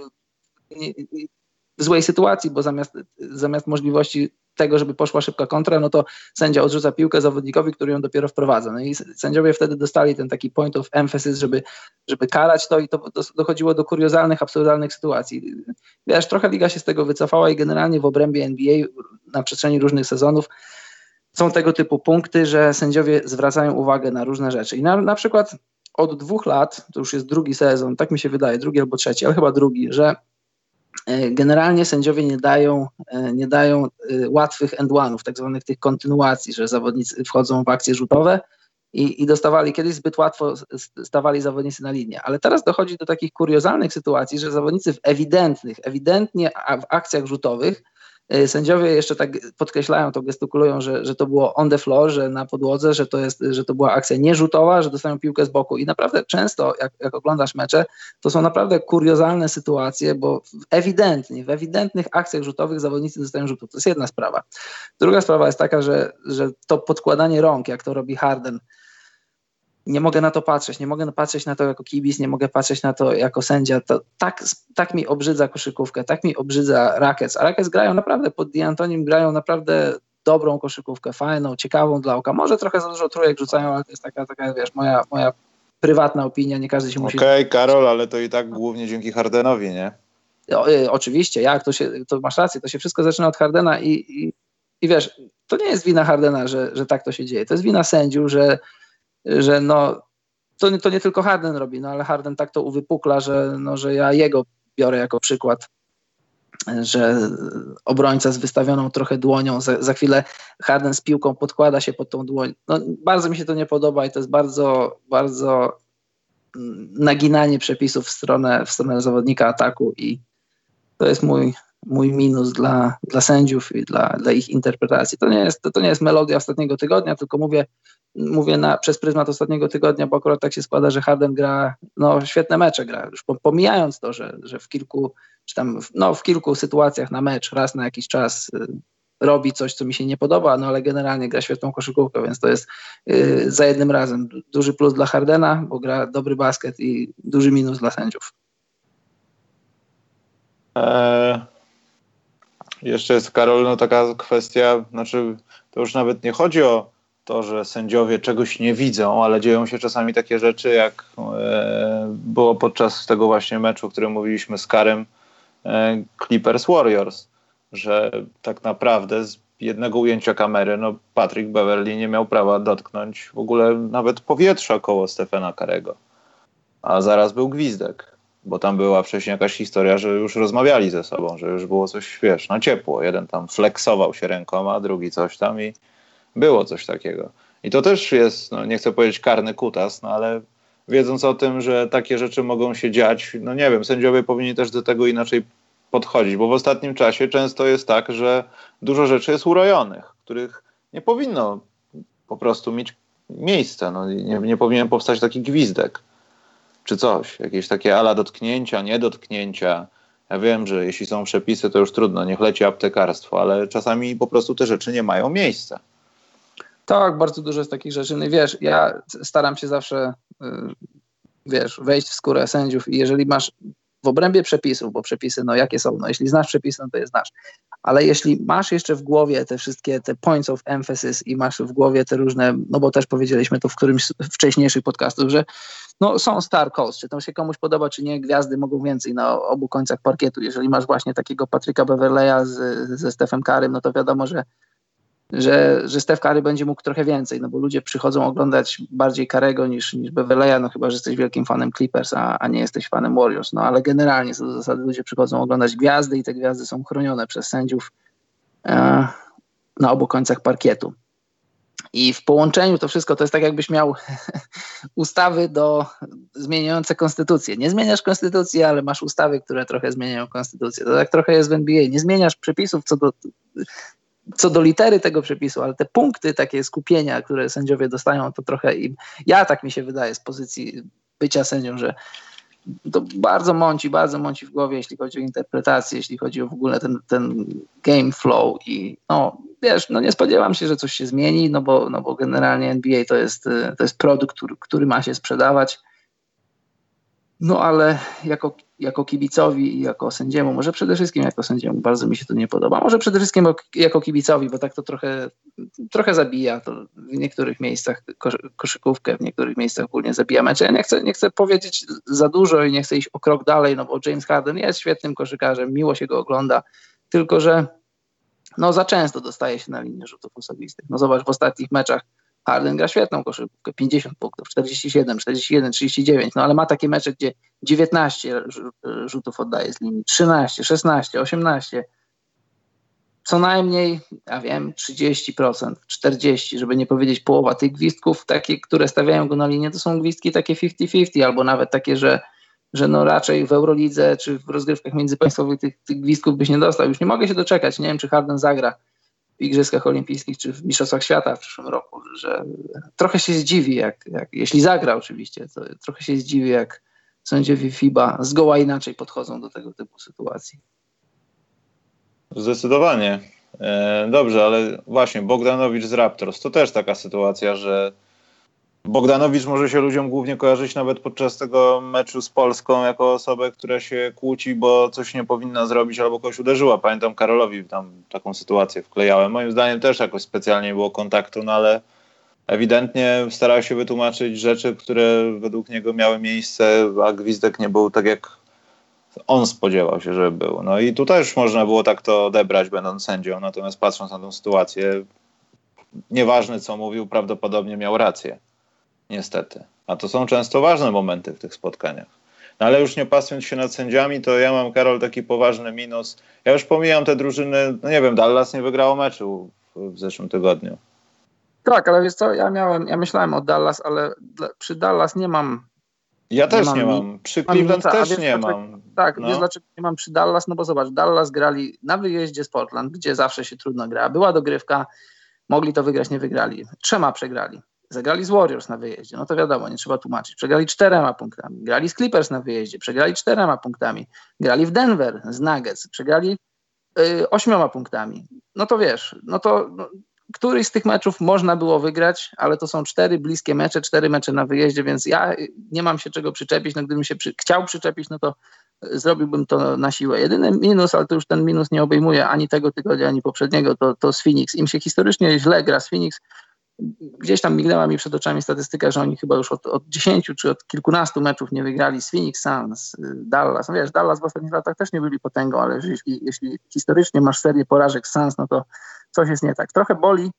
Speaker 2: w złej sytuacji, bo zamiast możliwości tego, żeby poszła szybka kontra, no to sędzia odrzuca piłkę zawodnikowi, który ją dopiero wprowadza. No i sędziowie wtedy dostali ten taki point of emphasis, żeby karać to i to dochodziło do kuriozalnych, absurdalnych sytuacji. Wiesz, trochę liga się z tego wycofała i generalnie w obrębie NBA na przestrzeni różnych sezonów są tego typu punkty, że sędziowie zwracają uwagę na różne rzeczy. I na przykład od 2 lat, to już jest drugi sezon, tak mi się wydaje, drugi albo trzeci, ale chyba drugi, że generalnie sędziowie nie dają łatwych end one'ów, tak zwanych tych kontynuacji, że zawodnicy wchodzą w akcje rzutowe i dostawali kiedyś zbyt łatwo, stawali zawodnicy na linię. Ale teraz dochodzi do takich kuriozalnych sytuacji, że zawodnicy ewidentnie w akcjach rzutowych sędziowie jeszcze tak podkreślają to, gestykulują, że to było on the floor, że na podłodze, że to była akcja nierzutowa, że dostają piłkę z boku i naprawdę często, jak oglądasz mecze, to są naprawdę kuriozalne sytuacje, bo w ewidentnych akcjach rzutowych zawodnicy dostają rzutów. To jest jedna sprawa. Druga sprawa jest taka, że to podkładanie rąk, jak to robi Harden, nie mogę na to patrzeć, nie mogę patrzeć na to jako kibic, nie mogę patrzeć na to jako sędzia. To tak mi obrzydza koszykówkę, tak mi obrzydza Rockets. A Rockets grają naprawdę, pod D'Antonim grają naprawdę dobrą koszykówkę, fajną, ciekawą dla oka. Może trochę za dużo trójek rzucają, ale to jest taka wiesz, moja prywatna opinia, nie każdy się musi...
Speaker 1: Okej, Karol, ale to i tak głównie dzięki Hardenowi, nie?
Speaker 2: Oczywiście, to masz rację, to się wszystko zaczyna od Hardena i wiesz, to nie jest wina Hardena, że tak to się dzieje. To jest wina sędziów, że no, to nie tylko Harden robi, no ale Harden tak to uwypukla, że ja jego biorę jako przykład, że obrońca z wystawioną trochę dłonią, za chwilę Harden z piłką podkłada się pod tą dłoń. No, bardzo mi się to nie podoba i to jest bardzo, bardzo naginanie przepisów w stronę zawodnika ataku i to jest mój minus dla sędziów i dla ich interpretacji. To nie jest melodia ostatniego tygodnia, tylko mówię przez pryzmat ostatniego tygodnia, bo akurat tak się składa, że Harden gra, no świetne mecze gra, już pomijając to, że w kilku, czy tam, no w kilku sytuacjach na mecz, raz na jakiś czas robi coś, co mi się nie podoba, no ale generalnie gra świetną koszykówkę, więc to jest za jednym razem duży plus dla Hardena, bo gra dobry basket i duży minus dla sędziów.
Speaker 1: Jeszcze jest, Karol, no taka kwestia, znaczy to już nawet nie chodzi o to, że sędziowie czegoś nie widzą, ale dzieją się czasami takie rzeczy, jak było podczas tego właśnie meczu, o którym mówiliśmy z Karem, Clippers Warriors, że tak naprawdę z jednego ujęcia kamery, no Patrick Beverley nie miał prawa dotknąć w ogóle nawet powietrza koło Stephena Curry'ego, a zaraz był gwizdek, bo tam była wcześniej jakaś historia, że już rozmawiali ze sobą, że już było coś, wiesz, no ciepło, jeden tam flexował się rękoma, drugi coś tam i było coś takiego. I to też jest, no nie chcę powiedzieć karny kutas, no ale wiedząc o tym, że takie rzeczy mogą się dziać, no nie wiem, sędziowie powinni też do tego inaczej podchodzić, bo w ostatnim czasie często jest tak, że dużo rzeczy jest urojonych, których nie powinno po prostu mieć miejsca. No, nie powinien powstać taki gwizdek czy coś, jakieś takie ala dotknięcia, niedotknięcia. Ja wiem, że jeśli są przepisy, to już trudno, niech leci aptekarstwo, ale czasami po prostu te rzeczy nie mają miejsca.
Speaker 2: Tak, bardzo dużo jest takich rzeczy. No i wiesz, ja staram się zawsze wejść w skórę sędziów i jeżeli masz w obrębie przepisów, bo przepisy, no jakie są, no jeśli znasz przepisy, no to je znasz, ale jeśli masz jeszcze w głowie te wszystkie te points of emphasis i masz w głowie te różne, no bo też powiedzieliśmy to w którymś z wcześniejszych podcastów, że no są star calls, czy to się komuś podoba, czy nie, gwiazdy mogą więcej na obu końcach parkietu. Jeżeli masz właśnie takiego Patricka Beverleya ze Stephem Currym, no to wiadomo, że Steph Curry będzie mógł trochę więcej, no bo ludzie przychodzą oglądać bardziej Curry'ego niż Beverleya, no chyba, że jesteś wielkim fanem Clippers, a nie jesteś fanem Warriors, no ale generalnie co do zasady ludzie przychodzą oglądać gwiazdy i te gwiazdy są chronione przez sędziów na obu końcach parkietu. I w połączeniu to wszystko to jest tak, jakbyś miał ustawy zmieniające konstytucję. Nie zmieniasz konstytucji, ale masz ustawy, które trochę zmieniają konstytucję. To tak trochę jest w NBA. Nie zmieniasz przepisów co do litery tego przepisu, ale te punkty takie skupienia, które sędziowie dostają, to trochę im, tak mi się wydaje z pozycji bycia sędzią, że to bardzo mąci w głowie, jeśli chodzi o interpretację, jeśli chodzi o w ogóle ten game flow i no wiesz, no nie spodziewam się, że coś się zmieni, no bo generalnie NBA to jest produkt, który ma się sprzedawać. No ale jako kibicowi i jako sędziemu, może przede wszystkim jako sędziemu, bardzo mi się to nie podoba. Może przede wszystkim jako kibicowi, bo tak to trochę zabija to w niektórych miejscach koszykówkę, w niektórych miejscach ogólnie zabija mecze. Ja nie chcę powiedzieć za dużo i nie chcę iść o krok dalej, no bo James Harden jest świetnym koszykarzem, miło się go ogląda, tylko że no za często dostaje się na linię rzutów osobistych. No zobacz, w ostatnich meczach Harden gra świetną koszykówkę, 50 punktów, 47, 41, 39, no ale ma takie mecze, gdzie 19 rzutów oddaje z linii, 13, 16, 18, co najmniej, ja wiem, 30%, 40%, żeby nie powiedzieć połowa tych gwizdków, takie, które stawiają go na linię, to są gwizdki takie 50-50, albo nawet takie, że no raczej w Eurolidze czy w rozgrywkach międzypaństwowych tych gwizdków byś nie dostał. Już nie mogę się doczekać, nie wiem, czy Harden zagra w Igrzyskach Olimpijskich czy w Mistrzostwach Świata w przyszłym roku, że trochę się zdziwi, jeśli zagra oczywiście, to trochę się zdziwi, jak sędziowie FIBA zgoła inaczej podchodzą do tego typu sytuacji.
Speaker 1: Zdecydowanie. Dobrze, ale właśnie Bogdanowicz z Raptors, to też taka sytuacja, że Bogdanowicz może się ludziom głównie kojarzyć nawet podczas tego meczu z Polską jako osobę, która się kłóci, bo coś nie powinna zrobić albo kogoś uderzyła. Pamiętam, Karolowi tam taką sytuację wklejałem. Moim zdaniem też jakoś specjalnie nie było kontaktu, no ale ewidentnie starał się wytłumaczyć rzeczy, które według niego miały miejsce, a gwizdek nie był tak, jak on spodziewał się, że był. No i tu też można było tak to odebrać, będąc sędzią, natomiast patrząc na tę sytuację, nieważne co mówił, prawdopodobnie miał rację. Niestety. A to są często ważne momenty w tych spotkaniach. No ale już nie pasując się nad sędziami, to ja mam, Karol, taki poważny minus. Ja już pomijam te drużyny, no nie wiem, Dallas nie wygrało meczu w zeszłym tygodniu.
Speaker 2: Tak, ale wiesz co, ja myślałem o Dallas, ale przy Dallas nie mam.
Speaker 1: Ja też nie mam. Przy Cleveland też nie mam.
Speaker 2: Tak, wiesz dlaczego nie mam przy Dallas? No bo zobacz, Dallas grali na wyjeździe z Portland, gdzie zawsze się trudno gra. Była dogrywka, mogli to wygrać, nie wygrali. 3 przegrali. Zagrali z Warriors na wyjeździe, no to wiadomo, nie trzeba tłumaczyć. Przegrali 4 punktami. Grali z Clippers na wyjeździe, przegrali 4 punktami. Grali w Denver z Nuggets, przegrali 8 punktami. No to wiesz, któryś z tych meczów można było wygrać, ale to są 4 bliskie mecze, 4 mecze na wyjeździe, więc ja nie mam się czego przyczepić. No gdybym się chciał przyczepić, no to zrobiłbym to na siłę. Jedyny minus, ale to już ten minus nie obejmuje ani tego tygodnia, ani poprzedniego, to z Phoenix. Im się historycznie źle gra z Phoenix. Gdzieś tam mignęła mi przed oczami statystyka, że oni chyba już od 10 czy od kilkunastu meczów nie wygrali z Phoenix Suns, Dallas. No wiesz, Dallas w ostatnich latach też nie byli potęgą, ale jeśli historycznie masz serię porażek z Suns, no to coś jest nie tak. Trochę boli,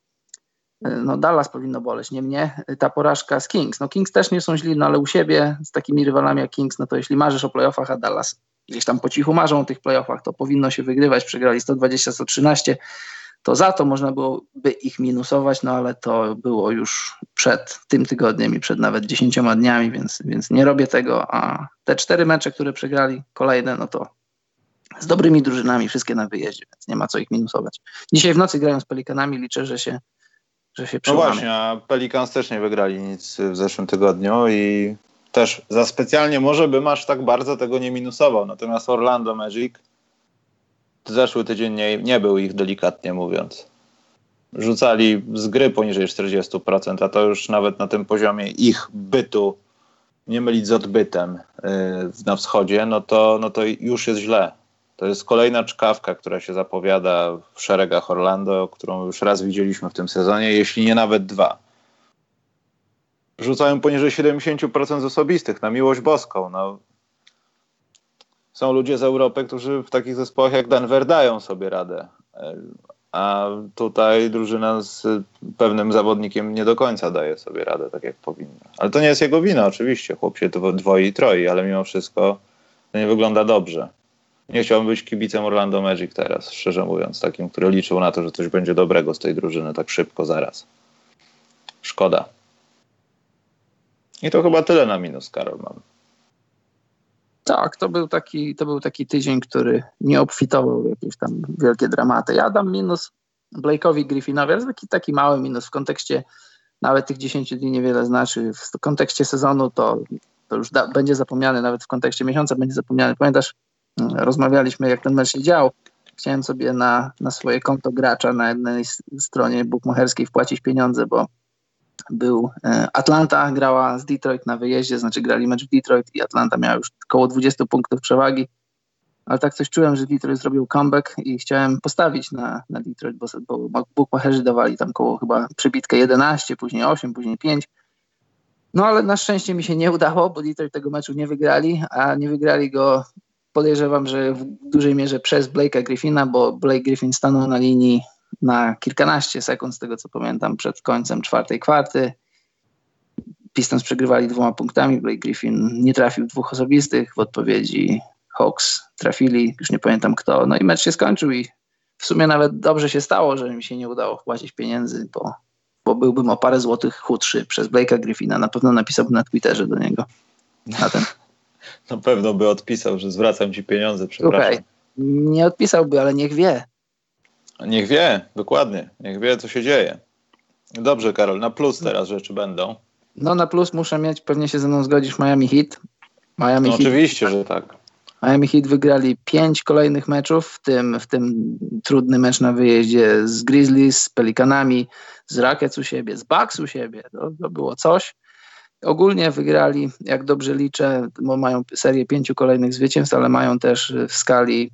Speaker 2: no Dallas powinno boleć, nie mnie, ta porażka z Kings. No Kings też nie są źli, no ale u siebie z takimi rywalami jak Kings, no to jeśli marzysz o playoffach, a Dallas gdzieś tam po cichu marzą o tych playoffach, to powinno się wygrywać. Przegrali 120-113. To za to można byłoby ich minusować, no ale to było już przed tym tygodniem i przed nawet 10 dniami, więc nie robię tego, a te 4 mecze, które przegrali, kolejne, no to z dobrymi drużynami, wszystkie na wyjeździe, więc nie ma co ich minusować. Dzisiaj w nocy grają z Pelikanami, liczę, że się przełamie.
Speaker 1: No właśnie, a Pelicans też nie wygrali nic w zeszłym tygodniu i też za specjalnie może bym aż tak bardzo tego nie minusował, natomiast Orlando Magic zeszły tydzień nie był ich, delikatnie mówiąc. Rzucali z gry poniżej 40%, a to już nawet na tym poziomie ich bytu, nie mylić z odbytem na wschodzie, no to już jest źle. To jest kolejna czkawka, która się zapowiada w szeregach Orlando, którą już raz widzieliśmy w tym sezonie, jeśli nie nawet 2. Rzucają poniżej 70% z osobistych, na miłość boską. No. Są ludzie z Europy, którzy w takich zespołach jak Denver dają sobie radę. A tutaj drużyna z pewnym zawodnikiem nie do końca daje sobie radę tak jak powinna. Ale to nie jest jego wina oczywiście. Chłop się dwoi i troi, ale mimo wszystko to nie wygląda dobrze. Nie chciałbym być kibicem Orlando Magic teraz, szczerze mówiąc, takim, który liczył na to, że coś będzie dobrego z tej drużyny tak szybko, zaraz. Szkoda. I to chyba tyle na minus, Karol, mam.
Speaker 2: Tak, to był taki tydzień, który nie obfitował w jakieś tam wielkie dramaty. Ja dam minus Blake'owi Griffinowi, ale taki mały minus w kontekście nawet tych 10 dni niewiele znaczy. W kontekście sezonu to już będzie zapomniane, nawet w kontekście miesiąca będzie zapomniane. Pamiętasz, rozmawialiśmy jak ten mecz się dział. Chciałem sobie na swoje konto gracza na jednej stronie bukmacherskiej wpłacić pieniądze, bo Atlanta grała z Detroit na wyjeździe, znaczy grali mecz w Detroit i Atlanta miała już około 20 punktów przewagi, ale tak coś czułem, że Detroit zrobił comeback i chciałem postawić na Detroit, bo bookmacherzy dawali tam koło chyba przybitkę 11, później 8, później 5. No ale na szczęście mi się nie udało, bo Detroit tego meczu nie wygrali, a nie wygrali go, podejrzewam, że w dużej mierze przez Blake'a Griffina, bo Blake Griffin stanął na linii na kilkanaście sekund, z tego co pamiętam, przed końcem 4. kwarty. Pistons przegrywali 2 punktami, Blake Griffin nie trafił 2 osobistych, w odpowiedzi Hawks trafili, już nie pamiętam kto, no i mecz się skończył i w sumie nawet dobrze się stało, że mi się nie udało wpłacić pieniędzy, bo byłbym o parę złotych chudszy przez Blake'a Griffina, na pewno napisałbym na Twitterze do niego.
Speaker 1: Na pewno by odpisał, że zwracam ci pieniądze, przepraszam.
Speaker 2: Słuchaj, nie odpisałby, ale niech wie.
Speaker 1: Niech wie, dokładnie. Niech wie, co się dzieje. Dobrze, Karol, na plus teraz rzeczy będą.
Speaker 2: No na plus muszę mieć, pewnie się ze mną zgodzisz, Miami Heat.
Speaker 1: Oczywiście, że tak.
Speaker 2: Miami Heat wygrali 5 kolejnych meczów, w tym trudny mecz na wyjeździe z Grizzlies, z Pelikanami, z Rockets u siebie, z Bucks u siebie. To było coś. Ogólnie wygrali, jak dobrze liczę, bo mają serię 5 kolejnych zwycięstw, ale mają też w skali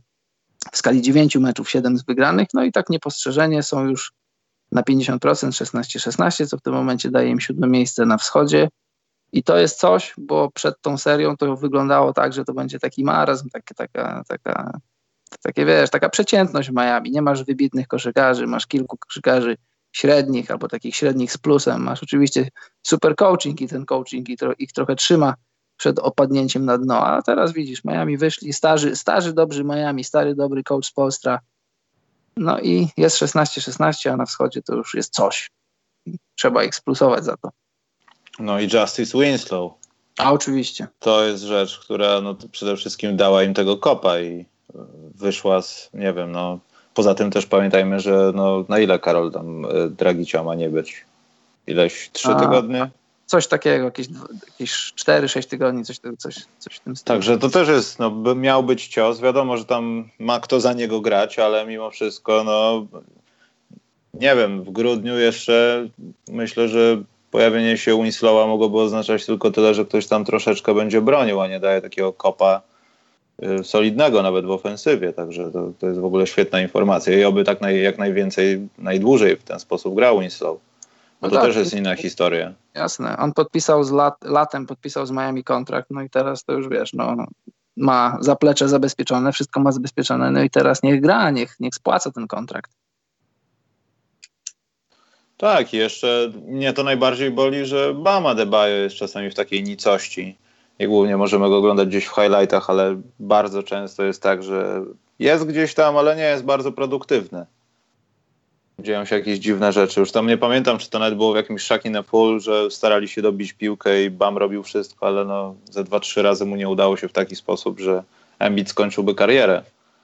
Speaker 2: 9 meczów 7 z wygranych, no i tak niepostrzeżenie są już na 50%, 16-16, co w tym momencie daje im 7 miejsce na wschodzie i to jest coś, bo przed tą serią to wyglądało tak, że to będzie taki marazm, taka przeciętność w Miami, nie masz wybitnych koszykarzy, masz kilku koszykarzy średnich albo takich średnich z plusem. Masz oczywiście super coaching i ten coaching ich trochę trzyma przed opadnięciem na dno, a teraz widzisz, Miami wyszli, starzy dobrzy Miami, stary dobry coach z Polstra, no i jest 16-16, a na wschodzie to już jest coś. Trzeba ich splusować za to.
Speaker 1: No i Justice Winslow.
Speaker 2: A oczywiście.
Speaker 1: To jest rzecz, która no, przede wszystkim dała im tego kopa i wyszła z, nie wiem, no poza tym też pamiętajmy, że no na ile, Karol, tam Dragicia ma nie być? Ileś? 3 tygodnie?
Speaker 2: Coś takiego, jakieś 4-6 tygodni, coś w tym stylu.
Speaker 1: Także to też jest, no miał być cios. Wiadomo, że tam ma kto za niego grać, ale mimo wszystko, no nie wiem, w grudniu jeszcze myślę, że pojawienie się Winslowa mogłoby oznaczać tylko tyle, że ktoś tam troszeczkę będzie bronił, a nie daje takiego kopa solidnego nawet w ofensywie. Także to jest w ogóle świetna informacja. I oby tak jak najwięcej, najdłużej w ten sposób grał Winslow. No to tak, też jest inna historia.
Speaker 2: Jasne. On podpisał latem podpisał z Miami kontrakt, no i teraz to już wiesz, no ma zaplecze zabezpieczone, wszystko ma zabezpieczone, no i teraz niech gra, niech spłaca ten kontrakt.
Speaker 1: Tak, i jeszcze mnie to najbardziej boli, że Bam Adebayo jest czasami w takiej nicości. I głównie możemy go oglądać gdzieś w highlightach, ale bardzo często jest tak, że jest gdzieś tam, ale nie jest bardzo produktywny. Dzieją się jakieś dziwne rzeczy. Już tam nie pamiętam, czy to nawet było w jakimś Shaq in a Pool, że starali się dobić piłkę i Bam robił wszystko, ale no ze 2-3 razy mu nie udało się w taki sposób, że Embiid skończyłby karierę.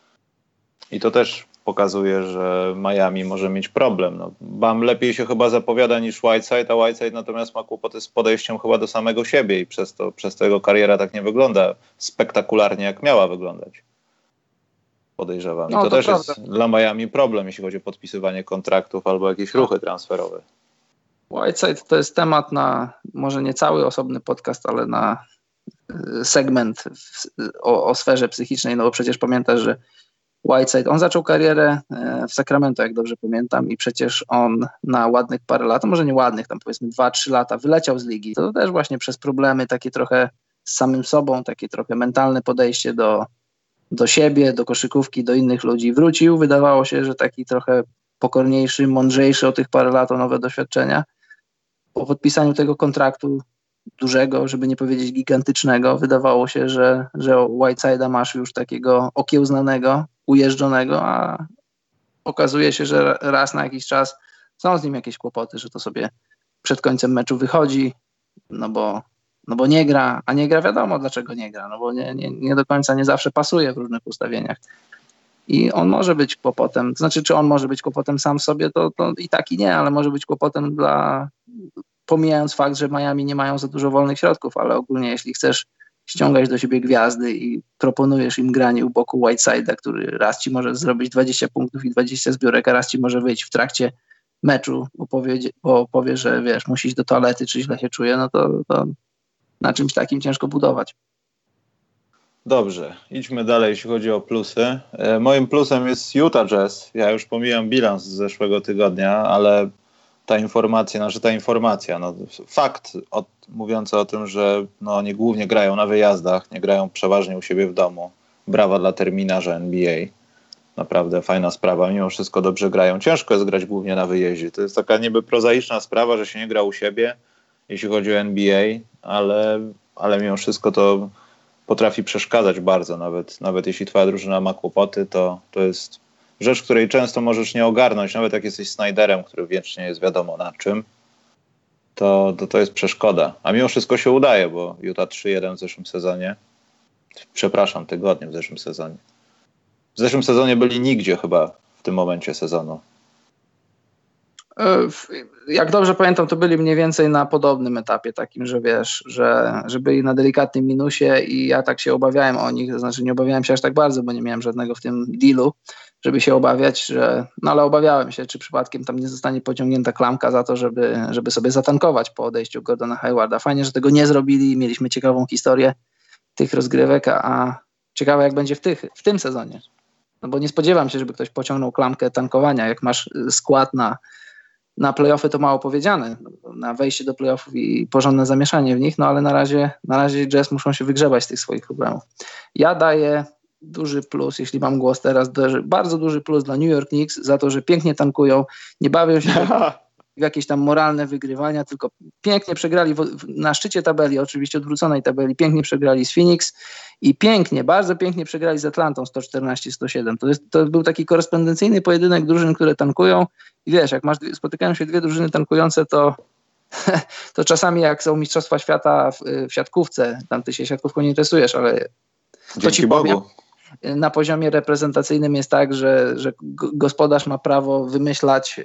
Speaker 1: I to też pokazuje, że Miami może mieć problem. No, Bam lepiej się chyba zapowiada niż Whiteside, a Whiteside natomiast ma kłopoty z podejściem chyba do samego siebie i przez to jego kariera tak nie wygląda spektakularnie, jak miała wyglądać. Podejrzewam. I to też prawda. Jest dla Miami problem, jeśli chodzi o podpisywanie kontraktów albo jakieś ruchy transferowe.
Speaker 2: Whiteside to jest temat na może nie cały osobny podcast, ale na segment o sferze psychicznej, no bo przecież pamiętasz, że Whiteside, on zaczął karierę w Sacramento, jak dobrze pamiętam, i przecież on na ładnych parę lat, może nie ładnych, tam powiedzmy 2-3 lata wyleciał z ligi. To też właśnie przez problemy takie trochę z samym sobą, takie trochę mentalne podejście do siebie, do koszykówki, do innych ludzi. Wrócił, wydawało się, że taki trochę pokorniejszy, mądrzejszy o tych parę lat, o nowe doświadczenia. Po podpisaniu tego kontraktu dużego, żeby nie powiedzieć gigantycznego, wydawało się, że Whiteside'a masz już takiego okiełznanego, ujeżdżonego, a okazuje się, że raz na jakiś czas są z nim jakieś kłopoty, że to sobie przed końcem meczu wychodzi, no bo nie gra, a nie gra wiadomo dlaczego nie gra, no bo nie do końca nie zawsze pasuje w różnych ustawieniach. I on może być kłopotem, to znaczy czy on może być kłopotem sam sobie, to i tak i nie, ale może być kłopotem pomijając fakt, że Miami nie mają za dużo wolnych środków, ale ogólnie jeśli chcesz ściągać do siebie gwiazdy i proponujesz im granie u boku Whiteside'a, który raz ci może zrobić 20 punktów i 20 zbiórek, a raz ci może wyjść w trakcie meczu, bo powie, że wiesz, musi iść do toalety, czy źle się czuje, no to na czymś takim ciężko budować.
Speaker 1: Dobrze, idźmy dalej, jeśli chodzi o plusy. Moim plusem jest Utah Jazz. Ja już pomijam bilans z zeszłego tygodnia, ale ta informacja, no, fakt mówiący o tym, że no, oni głównie grają na wyjazdach, nie grają przeważnie u siebie w domu. Brawa dla terminarza NBA. Naprawdę fajna sprawa. Mimo wszystko dobrze grają. Ciężko jest grać głównie na wyjeździe. To jest taka niby prozaiczna sprawa, że się nie gra u siebie, jeśli chodzi o NBA, ale mimo wszystko to potrafi przeszkadzać bardzo. Nawet jeśli twoja drużyna ma kłopoty, to jest rzecz, której często możesz nie ogarnąć. Nawet jak jesteś Snyderem, który wiecznie jest wiadomo na czym, to jest przeszkoda. A mimo wszystko się udaje, bo Utah 3-1 w zeszłym sezonie. Przepraszam, tygodniu w zeszłym sezonie. W zeszłym sezonie byli nigdzie chyba w tym momencie sezonu.
Speaker 2: Jak dobrze pamiętam, to byli mniej więcej na podobnym etapie takim, że wiesz, że byli na delikatnym minusie i ja tak się obawiałem o nich, to znaczy nie obawiałem się aż tak bardzo, bo nie miałem żadnego w tym dealu, żeby się obawiać, no ale obawiałem się, czy przypadkiem tam nie zostanie pociągnięta klamka za to, żeby sobie zatankować po odejściu Gordona Haywarda. Fajnie, że tego nie zrobili, mieliśmy ciekawą historię tych rozgrywek, a ciekawe jak będzie w tym sezonie. No bo nie spodziewam się, żeby ktoś pociągnął klamkę tankowania, jak masz skład na play-offy to mało powiedziane, na wejście do play-offów i porządne zamieszanie w nich, no ale na razie Jazz muszą się wygrzebać z tych swoich problemów. Ja daję duży plus, jeśli mam głos teraz, bardzo duży plus dla New York Knicks za to, że pięknie tankują, nie bawią się w jakieś tam moralne wygrywania, tylko pięknie przegrali na szczycie tabeli, oczywiście odwróconej tabeli, pięknie przegrali z Phoenix i bardzo pięknie przegrali z Atlantą 114-107. To był taki korespondencyjny pojedynek drużyn, które tankują i wiesz, jak spotykają się dwie drużyny tankujące, to czasami jak są mistrzostwa świata w siatkówce, tam ty się siatkówką nie interesujesz, ale to ci powiem, na poziomie reprezentacyjnym jest tak, że gospodarz ma prawo wymyślać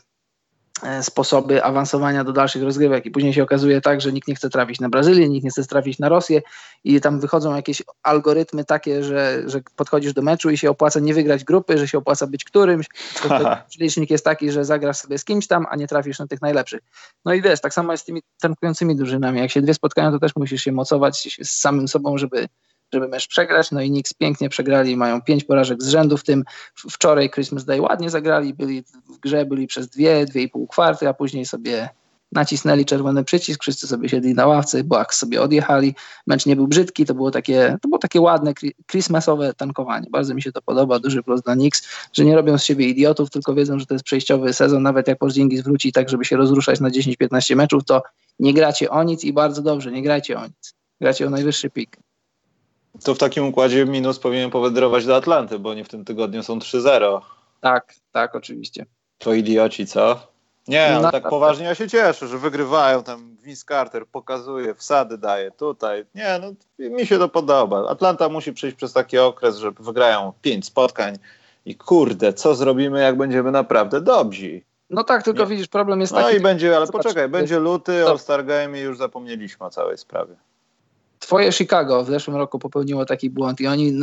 Speaker 2: sposoby awansowania do dalszych rozgrywek i później się okazuje tak, że nikt nie chce trafić na Brazylię, nikt nie chce trafić na Rosję i tam wychodzą jakieś algorytmy takie, że podchodzisz do meczu i się opłaca nie wygrać grupy, że się opłaca być którymś. Przelicznik jest taki, że zagrasz sobie z kimś tam, a nie trafisz na tych najlepszych. No i wiesz, tak samo jest z tymi tankującymi drużynami. Jak się dwie spotkają, to też musisz się mocować z samym sobą, żeby mecz przegrać, no i Knicks pięknie przegrali, mają 5 porażek z rzędu, w tym wczoraj Christmas Day ładnie zagrali, byli w grze, byli przez 2,5 kwarty, a później sobie nacisnęli czerwony przycisk, wszyscy sobie siedli na ławce, Bucks sobie odjechali, mecz nie był brzydki, to było takie ładne christmasowe tankowanie, bardzo mi się to podoba, duży plus dla Knicks, że nie robią z siebie idiotów, tylko wiedzą, że to jest przejściowy sezon, nawet jak Porzingis wróci tak, żeby się rozruszać na 10-15 meczów, to nie gracie o nic i bardzo dobrze, nie grajcie o nic, gracie o najwyższy pik.
Speaker 1: To w takim układzie minus powinien powędrować do Atlanty, bo oni w tym tygodniu są 3-0.
Speaker 2: Tak, oczywiście.
Speaker 1: To idioci, co? Nie, ale tak poważnie ja się cieszę, że wygrywają. Tam Vince Carter pokazuje, wsady daje tutaj. Nie, no mi się to podoba. Atlanta musi przejść przez taki okres, że wygrają 5 spotkań i kurde, co zrobimy, jak będziemy naprawdę dobrzy?
Speaker 2: No tak, tylko nie. Widzisz, problem jest taki...
Speaker 1: No i będzie, ale poczekaj, będzie luty, All-Star Game i już zapomnieliśmy o całej sprawie.
Speaker 2: Twoje Chicago w zeszłym roku popełniło taki błąd i oni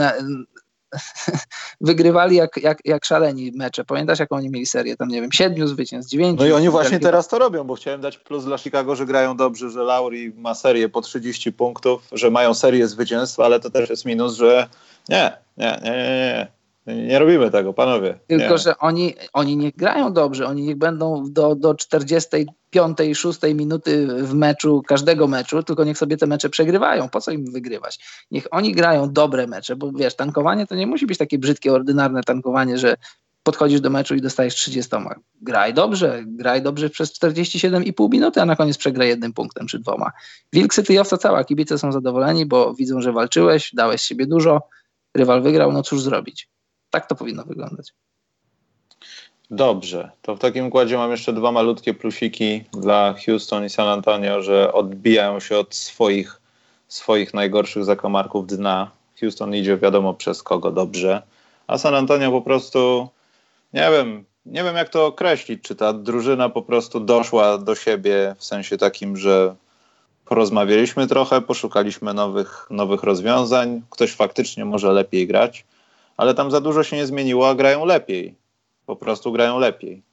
Speaker 2: wygrywali jak szaleni mecze. Pamiętasz, jaką oni mieli serię? Tam, nie wiem, 7 zwycięstw, 9.
Speaker 1: No i oni właśnie teraz to robią, bo chciałem dać plus dla Chicago, że grają dobrze, że Lowry ma serię po 30 punktów, że mają serię zwycięstw, ale to też jest minus, że nie robimy tego, panowie.
Speaker 2: Tylko, że oni nie grają dobrze, oni niech będą do 45, 6 minuty w meczu, każdego meczu, tylko niech sobie te mecze przegrywają. Po co im wygrywać? Niech oni grają dobre mecze, bo wiesz, tankowanie to nie musi być takie brzydkie, ordynarne tankowanie, że podchodzisz do meczu i dostajesz 30. Graj dobrze przez 47,5 minuty, a na koniec przegraj 1 punktem czy 2. Wilksy, ty i owca cała, kibice są zadowoleni, bo widzą, że walczyłeś, dałeś z siebie dużo, rywal wygrał, no cóż zrobić. Tak to powinno wyglądać.
Speaker 1: Dobrze, to w takim układzie mam jeszcze 2 malutkie plusiki dla Houston i San Antonio, że odbijają się od swoich najgorszych zakamarków dna. Houston idzie wiadomo przez kogo dobrze, a San Antonio po prostu, nie wiem jak to określić, czy ta drużyna po prostu doszła do siebie w sensie takim, że porozmawialiśmy trochę, poszukaliśmy nowych rozwiązań, ktoś faktycznie może lepiej grać, ale tam za dużo się nie zmieniło, a grają lepiej. Po prostu grają lepiej.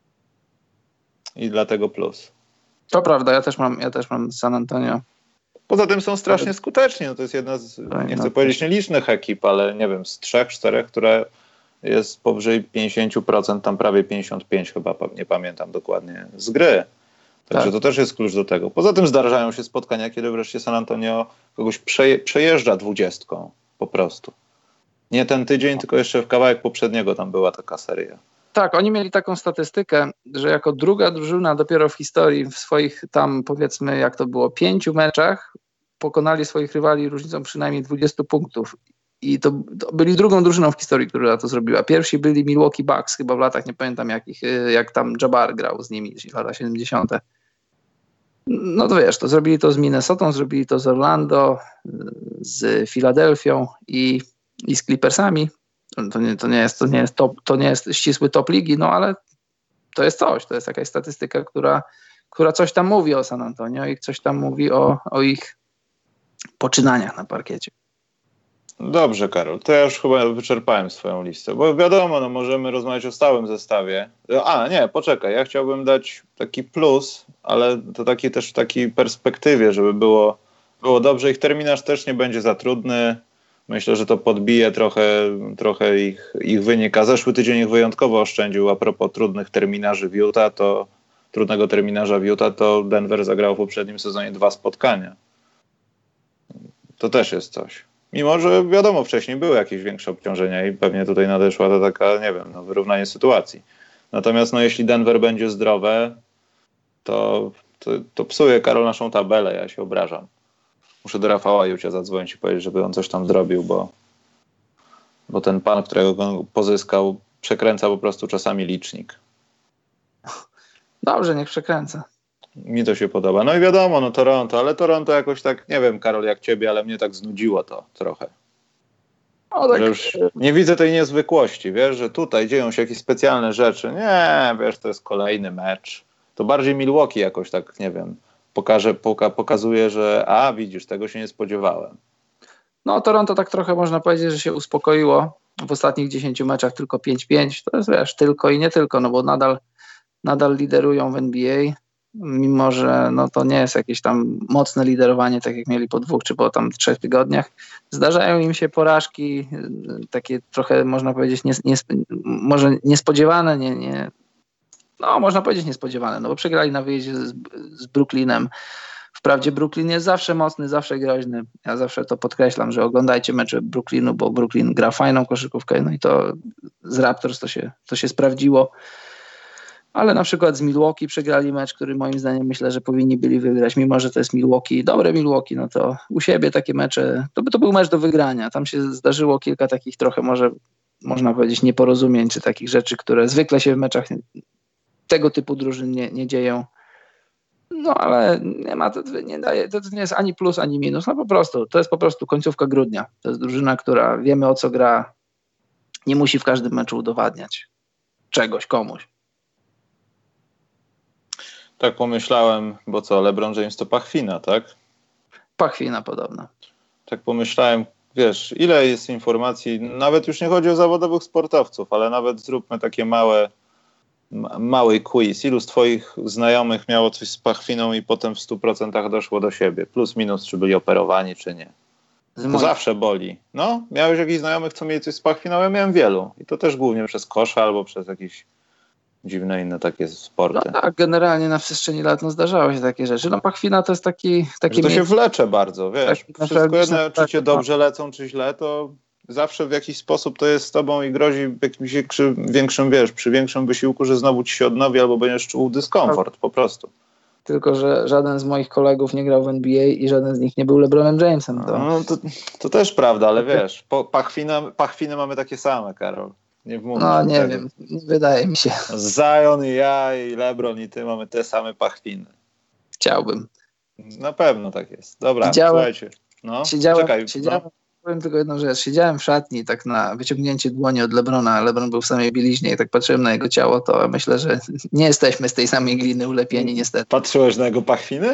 Speaker 1: I dlatego plus.
Speaker 2: To prawda, ja też mam San Antonio.
Speaker 1: Poza tym są strasznie skuteczni. No to jest jedna z, nie chcę powiedzieć nielicznych ekip, ale nie wiem, z 3-4, które jest powyżej 50%, tam prawie 55% chyba, nie pamiętam dokładnie, z gry. Także to też jest klucz do tego. Poza tym zdarzają się spotkania, kiedy wreszcie San Antonio kogoś przejeżdża 20 po prostu. Nie ten tydzień, tylko jeszcze w kawałek poprzedniego tam była taka seria.
Speaker 2: Tak, oni mieli taką statystykę, że jako druga drużyna dopiero w historii w swoich tam powiedzmy, jak to było, 5 meczach pokonali swoich rywali różnicą przynajmniej 20 punktów. I to byli drugą drużyną w historii, która to zrobiła. Pierwsi byli Milwaukee Bucks, chyba w latach, nie pamiętam jakich, jak tam Jabbar grał z nimi, w lata 70. No to wiesz, to zrobili to z Minnesotą, zrobili to z Orlando, z Filadelfią i z Clippersami. To nie jest ścisły top ligi, no ale to jest coś, to jest jakaś statystyka, która coś tam mówi o San Antonio i coś tam mówi o ich poczynaniach na parkiecie.
Speaker 1: Dobrze, Karol, to ja już chyba wyczerpałem swoją listę, bo wiadomo, no możemy rozmawiać o stałym zestawie. Nie, poczekaj, ja chciałbym dać taki plus, ale to taki też w takiej perspektywie, żeby było dobrze. Ich terminarz też nie będzie za trudny. Myślę, że to podbije trochę ich wynik, a zeszły tydzień ich wyjątkowo oszczędził. A propos trudnego terminarza w Utah, to Denver zagrał w poprzednim sezonie 2 spotkania. To też jest coś. Mimo, że wiadomo, wcześniej były jakieś większe obciążenia i pewnie tutaj nadeszła to taka, wyrównanie sytuacji. Natomiast jeśli Denver będzie zdrowe, to psuje, Karol, naszą tabelę, ja się obrażam. Muszę do Rafała Jucia zadzwonić i powiedzieć, żeby on coś tam zrobił, bo ten pan, którego go pozyskał, przekręca po prostu czasami licznik.
Speaker 2: Dobrze, niech przekręca.
Speaker 1: Mi to się podoba. No i wiadomo, no Toronto, ale Toronto jakoś tak, nie wiem, Karol, jak ciebie, ale mnie tak znudziło to trochę.
Speaker 2: No, tak.
Speaker 1: Że już nie widzę tej niezwykłości, wiesz, że tutaj dzieją się jakieś specjalne rzeczy. Nie, wiesz, to jest kolejny mecz. To bardziej Milwaukee jakoś tak, nie wiem, pokazuje, że widzisz, tego się nie spodziewałem.
Speaker 2: No, Toronto tak trochę można powiedzieć, że się uspokoiło. W ostatnich 10 meczach tylko 5-5. To jest, wiesz, tylko i nie tylko, no bo nadal liderują w NBA, mimo że no, to nie jest jakieś tam mocne liderowanie, tak jak mieli po 2 czy po tam 3 tygodniach. Zdarzają im się porażki, takie trochę można powiedzieć może niespodziewane, no można powiedzieć niespodziewane, no bo przegrali na wyjeździe z Brooklynem. Wprawdzie Brooklyn jest zawsze mocny, zawsze groźny. Ja zawsze to podkreślam, że oglądajcie mecze Brooklynu, bo Brooklyn gra fajną koszykówkę, no i to z Raptors to się sprawdziło. Ale na przykład z Milwaukee przegrali mecz, który moim zdaniem myślę, że powinni byli wygrać, mimo że to jest Milwaukee, dobre Milwaukee, no to u siebie takie mecze, to był mecz do wygrania. Tam się zdarzyło kilka takich trochę może, można powiedzieć, nieporozumień, czy takich rzeczy, które zwykle się w meczach tego typu drużyn nie dzieją. No ale nie ma, to nie jest ani plus, ani minus, no to jest po prostu końcówka grudnia. To jest drużyna, która wiemy, o co gra, nie musi w każdym meczu udowadniać czegoś komuś.
Speaker 1: Tak pomyślałem, bo co, LeBron James to pachwina, tak?
Speaker 2: Pachwina podobna.
Speaker 1: Tak pomyślałem, wiesz, ile jest informacji, nawet już nie chodzi o zawodowych sportowców, ale nawet zróbmy takie mały quiz. Ilu z twoich znajomych miało coś z pachwiną i potem w 100% doszło do siebie? Plus, minus, czy byli operowani, czy nie? To zawsze boli. No, miałeś jakichś znajomych, co mieli coś z pachwiną? Ja miałem wielu. I to też głównie przez kosze albo przez jakieś dziwne inne takie sporty.
Speaker 2: No tak, generalnie na przestrzeni lat zdarzały się takie rzeczy. No pachwina to jest taki
Speaker 1: że to się wlecze bardzo, wiesz. Wszystko jedno, czy cię dobrze lecą, czy źle, to zawsze w jakiś sposób to jest z tobą i grozi jakimś przy większym wysiłku, że znowu ci się odnowi albo będziesz czuł dyskomfort po prostu.
Speaker 2: Tylko że żaden z moich kolegów nie grał w NBA i żaden z nich nie był LeBronem Jamesem.
Speaker 1: To też prawda, ale wiesz, pachwiny mamy takie same, Karol. Nie wmówisz.
Speaker 2: No nie wiem, nie wydaje mi się.
Speaker 1: Zion i ja i LeBron i ty mamy te same pachwiny.
Speaker 2: Chciałbym.
Speaker 1: Na pewno tak jest. Dobra, słuchajcie. No, czekaj.
Speaker 2: Powiem tylko jedną rzecz. Siedziałem w szatni tak na wyciągnięcie dłoni od LeBrona, a LeBron był w samej bieliźnie i tak patrzyłem na jego ciało, to myślę, że nie jesteśmy z tej samej gliny ulepieni niestety.
Speaker 1: Patrzyłeś na jego pachwiny?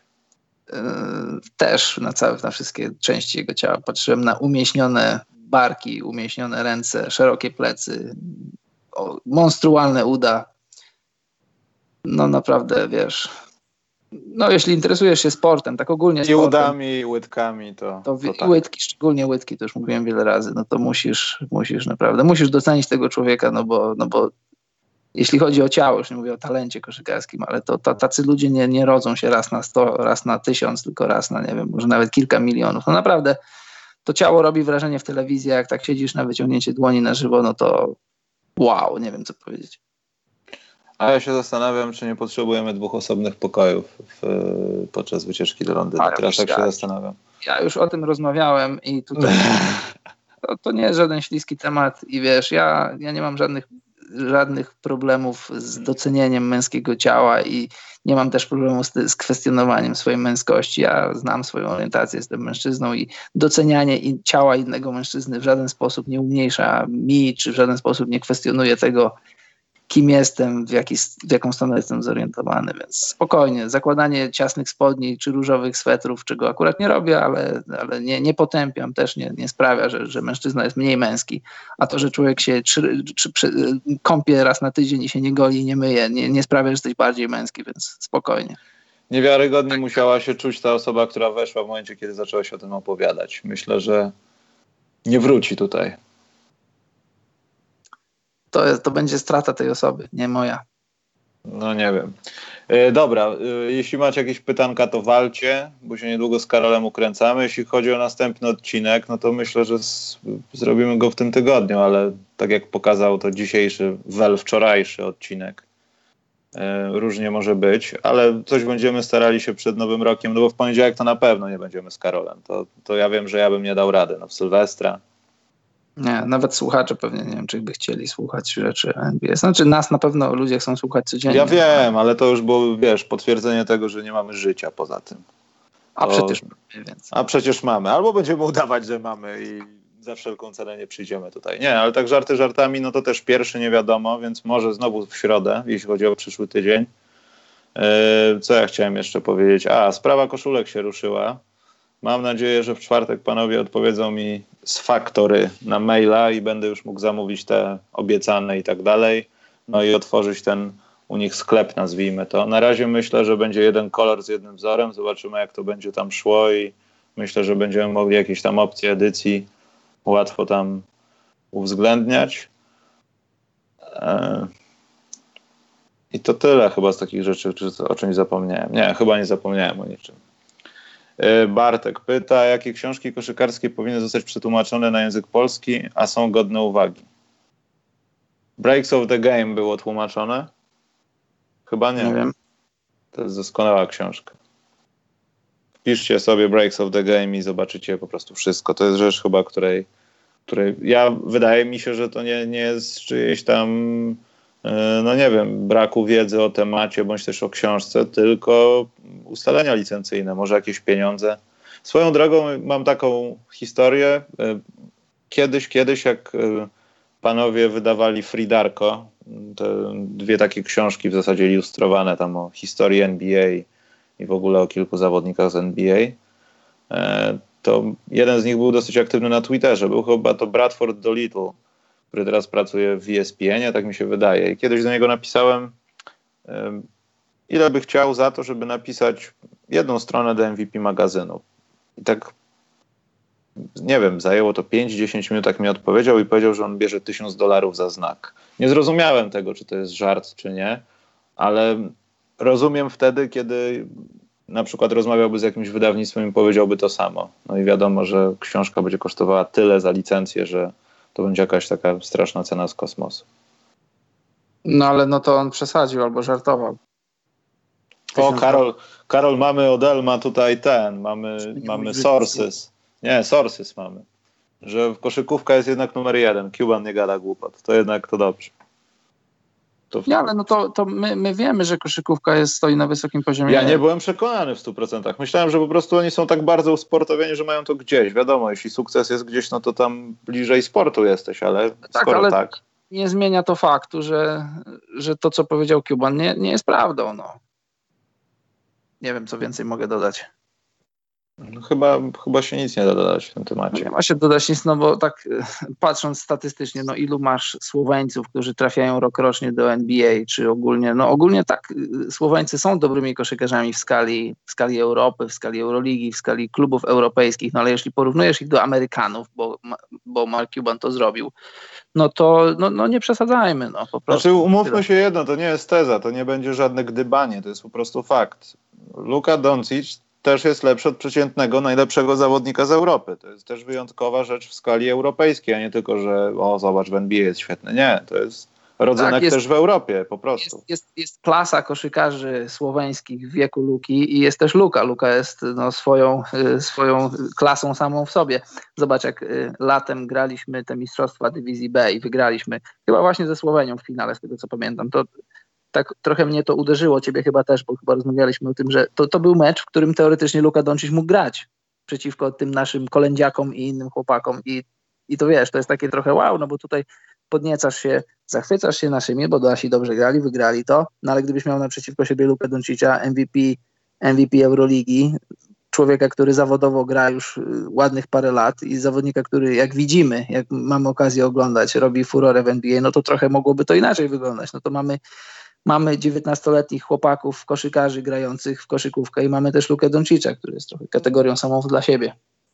Speaker 2: Też na wszystkie części jego ciała. Patrzyłem na umieśnione barki, umieśnione ręce, szerokie plecy, monstrualne uda. No naprawdę, wiesz... No jeśli interesujesz się sportem, tak ogólnie sportem,
Speaker 1: i udami, i łydkami, to tak.
Speaker 2: Łydki, szczególnie łydki, to już mówiłem wiele razy, no to musisz naprawdę, musisz docenić tego człowieka, no bo jeśli chodzi o ciało, już nie mówię o talencie koszykarskim, ale to tacy ludzie nie rodzą się raz na 100, raz na 1000, tylko raz na, nie wiem, może nawet kilka milionów. No naprawdę to ciało robi wrażenie w telewizji, jak tak siedzisz na wyciągnięcie dłoni na żywo, no to wow, nie wiem co powiedzieć.
Speaker 1: A ja się zastanawiam, czy nie potrzebujemy 2 osobnych pokojów podczas wycieczki do Londynu. Teraz tak się zastanawiam.
Speaker 2: Ja już o tym rozmawiałem i tutaj to nie jest żaden śliski temat i wiesz, ja nie mam żadnych problemów z docenieniem męskiego ciała i nie mam też problemu z kwestionowaniem swojej męskości. Ja znam swoją orientację, jestem mężczyzną i docenianie ciała innego mężczyzny w żaden sposób nie umniejsza mi, czy w żaden sposób nie kwestionuje tego, kim jestem, w jaką stronę jestem zorientowany, więc spokojnie. Zakładanie ciasnych spodni czy różowych swetrów, czego akurat nie robię, ale nie potępiam, też nie sprawia, że mężczyzna jest mniej męski, a to, że człowiek się kąpie raz na tydzień i się nie goli i nie myje, nie sprawia, że jesteś bardziej męski, więc spokojnie.
Speaker 1: Niewiarygodnie musiała się czuć ta osoba, która weszła w momencie, kiedy zaczęłaś o tym opowiadać. Myślę, że nie wróci tutaj.
Speaker 2: To będzie strata tej osoby, nie moja.
Speaker 1: No nie wiem. Dobra, jeśli macie jakieś pytanka, to walcie, bo się niedługo z Karolem ukręcamy. Jeśli chodzi o następny odcinek, no to myślę, że zrobimy go w tym tygodniu, ale tak jak pokazał to dzisiejszy, wczorajszy odcinek, Różnie może być, ale coś będziemy starali się przed Nowym Rokiem, no bo w poniedziałek to na pewno nie będziemy z Karolem. To ja wiem, że ja bym nie dał rady. No w Sylwestra.
Speaker 2: Nie, nawet słuchacze pewnie nie wiem, czy by chcieli słuchać rzeczy NBA. Znaczy nas na pewno ludzie chcą słuchać codziennie.
Speaker 1: Ja wiem, ale to już było, wiesz, potwierdzenie tego, że nie mamy życia poza tym.
Speaker 2: A przecież mamy, więc.
Speaker 1: A przecież mamy. Albo będziemy udawać, że mamy i za wszelką cenę nie przyjdziemy tutaj. Nie, ale tak żarty żartami, no to też pierwszy nie wiadomo, więc może znowu w środę, jeśli chodzi o przyszły tydzień. Co ja chciałem jeszcze powiedzieć? Sprawa koszulek się ruszyła. Mam nadzieję, że w czwartek panowie odpowiedzą mi z Factory na maila i będę już mógł zamówić te obiecane i tak dalej. No i otworzyć ten u nich sklep, nazwijmy to. Na razie myślę, że będzie jeden kolor z jednym wzorem. Zobaczymy, jak to będzie tam szło i myślę, że będziemy mogli jakieś tam opcje edycji łatwo tam uwzględniać. I to tyle chyba z takich rzeczy, czy o czymś zapomniałem. Nie, chyba nie zapomniałem o niczym. Bartek pyta, jakie książki koszykarskie powinny zostać przetłumaczone na język polski, a są godne uwagi. Breaks of the Game było tłumaczone? Chyba nie.
Speaker 2: Nie wiem.
Speaker 1: To jest doskonała książka. Wpiszcie sobie Breaks of the Game i zobaczycie po prostu wszystko. To jest rzecz chyba, której wydaje mi się, że to nie jest czyjeś tam no nie wiem, braku wiedzy o temacie, bądź też o książce, tylko ustalenia licencyjne, może jakieś pieniądze. Swoją drogą mam taką historię. Kiedyś jak panowie wydawali Fridarko, te dwie takie książki w zasadzie ilustrowane tam o historii NBA i w ogóle o kilku zawodnikach z NBA, to jeden z nich był dosyć aktywny na Twitterze. Był chyba to Bradford Dolittle, który teraz pracuje w ESPN-ie, tak mi się wydaje. I kiedyś do niego napisałem, ile by chciał za to, żeby napisać jedną stronę do MVP magazynu. I tak, nie wiem, zajęło to 5-10 minut, tak mi odpowiedział i powiedział, że on bierze $1000 za znak. Nie zrozumiałem tego, czy to jest żart, czy nie, ale rozumiem wtedy, kiedy na przykład rozmawiałby z jakimś wydawnictwem i powiedziałby to samo. No i wiadomo, że książka będzie kosztowała tyle za licencję, że to będzie jakaś taka straszna cena z kosmosu.
Speaker 2: No ale no to on przesadził albo żartował.
Speaker 1: O, Karol, mamy od Elma tutaj mamy sources. Nie, sources mamy. Że koszykówka jest jednak numer 1. Cuban nie gada głupot. To jednak to dobrze.
Speaker 2: Nie, ale no to my wiemy, że koszykówka stoi na wysokim poziomie.
Speaker 1: Ja nie byłem przekonany w 100%. Myślałem, że po prostu oni są tak bardzo usportowieni, że mają to gdzieś. Wiadomo, jeśli sukces jest gdzieś, no to tam bliżej sportu jesteś, ale
Speaker 2: tak,
Speaker 1: skoro
Speaker 2: ale
Speaker 1: tak.
Speaker 2: Nie zmienia to faktu, że to, co powiedział Cuban, nie jest prawdą. No. Nie wiem, co więcej mogę dodać.
Speaker 1: No, chyba się nic nie da dodać w tym temacie.
Speaker 2: Nie ma się dodać nic, no bo tak patrząc statystycznie, no ilu masz Słoweńców, którzy trafiają rokrocznie do NBA, czy ogólnie, no ogólnie tak, Słoweńcy są dobrymi koszykarzami w skali Europy, w skali Euroligi, w skali klubów europejskich, no ale jeśli porównujesz ich do Amerykanów, bo Mark Cuban to zrobił, no to no nie przesadzajmy, no po prostu.
Speaker 1: Znaczy umówmy się jedno, to nie jest teza, to nie będzie żadne gdybanie, to jest po prostu fakt. Luka Doncic też jest lepszy od przeciętnego, najlepszego zawodnika z Europy. To jest też wyjątkowa rzecz w skali europejskiej, a nie tylko, że zobacz, w NBA jest świetny. Nie, to jest rodzynek tak, też w Europie, po prostu.
Speaker 2: Jest klasa koszykarzy słoweńskich w wieku Luki i jest też Luka. Luka jest swoją klasą samą w sobie. Zobacz, jak latem graliśmy te mistrzostwa dywizji B i wygraliśmy chyba właśnie ze Słowenią w finale, z tego co pamiętam. To tak trochę mnie to uderzyło, ciebie chyba też, bo chyba rozmawialiśmy o tym, że to był mecz, w którym teoretycznie Luka Doncic mógł grać przeciwko tym naszym kolędziakom i innym chłopakom i to wiesz, to jest takie trochę wow, no bo tutaj podniecasz się, zachwycasz się naszymi, bo nasi dobrze grali, wygrali to, no ale gdybyś miał naprzeciwko siebie Lukę Doncicia, MVP Euroligi, człowieka, który zawodowo gra już ładnych parę lat i zawodnika, który jak widzimy, jak mamy okazję oglądać, robi furorę w NBA, no to trochę mogłoby to inaczej wyglądać. No to mamy 19-letnich chłopaków, koszykarzy grających w koszykówkę i mamy też Lukę Doncicza, który jest trochę kategorią samą dla siebie.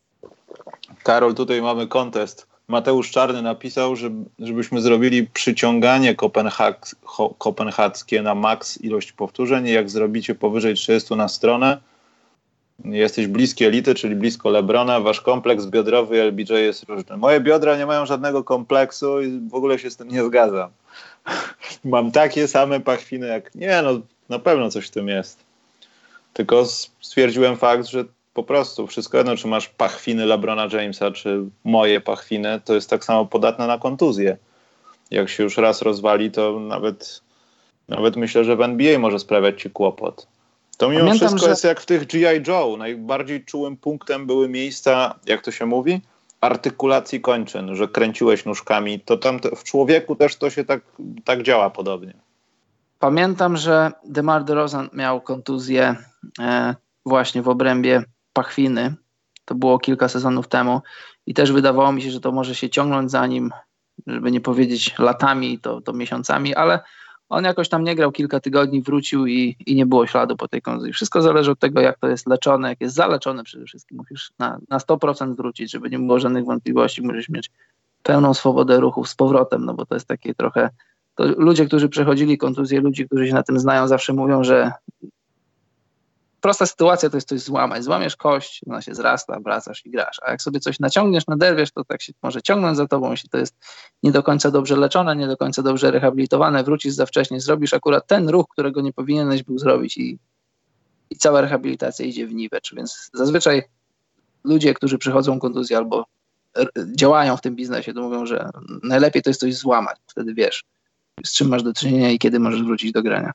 Speaker 1: Karol, tutaj mamy kontest. Mateusz Czarny napisał, żebyśmy zrobili przyciąganie kopenhackie na maks ilość powtórzeń i jak zrobicie powyżej 30 na stronę, jesteś bliski elity, czyli blisko LeBrona, wasz kompleks biodrowy LBJ jest różny. Moje biodra nie mają żadnego kompleksu i w ogóle się z tym nie zgadzam. Mam takie same pachwiny jak... Nie, no na pewno coś w tym jest. Tylko stwierdziłem fakt, że po prostu wszystko jedno, czy masz pachwiny LeBrona Jamesa, czy moje pachwiny, to jest tak samo podatne na kontuzję. Jak się już raz rozwali, to nawet myślę, że w NBA może sprawiać ci kłopot. To mimo wszystko jest jak w tych G.I. Joe. Najbardziej czułym punktem były miejsca, jak to się mówi, artykulacji kończyn, że kręciłeś nóżkami. To tam w człowieku też to się tak działa podobnie.
Speaker 2: Pamiętam, że DeMar DeRozan miał kontuzję właśnie w obrębie pachwiny. To było kilka sezonów temu i też wydawało mi się, że to może się ciągnąć za nim, żeby nie powiedzieć latami, to miesiącami, ale on jakoś tam nie grał kilka tygodni, wrócił i nie było śladu po tej kontuzji. Wszystko zależy od tego, jak to jest leczone, jak jest zaleczone przede wszystkim. Musisz na 100% wrócić, żeby nie było żadnych wątpliwości. Musisz mieć pełną swobodę ruchów z powrotem, no bo to jest takie trochę... To ludzie, którzy przechodzili kontuzję, ludzie, którzy się na tym znają, zawsze mówią, że prosta sytuacja to jest coś złamać. Złamiesz kość, ona się zrasta, wracasz i grasz. A jak sobie coś naciągniesz, naderwiesz, to tak się może ciągnąć za tobą, jeśli to jest nie do końca dobrze leczone, nie do końca dobrze rehabilitowane, wrócisz za wcześnie, zrobisz akurat ten ruch, którego nie powinieneś był zrobić i cała rehabilitacja idzie w niwecz. Więc zazwyczaj ludzie, którzy przechodzą kontuzję albo działają w tym biznesie, to mówią, że najlepiej to jest coś złamać. Wtedy wiesz, z czym masz do czynienia i kiedy możesz wrócić do grania.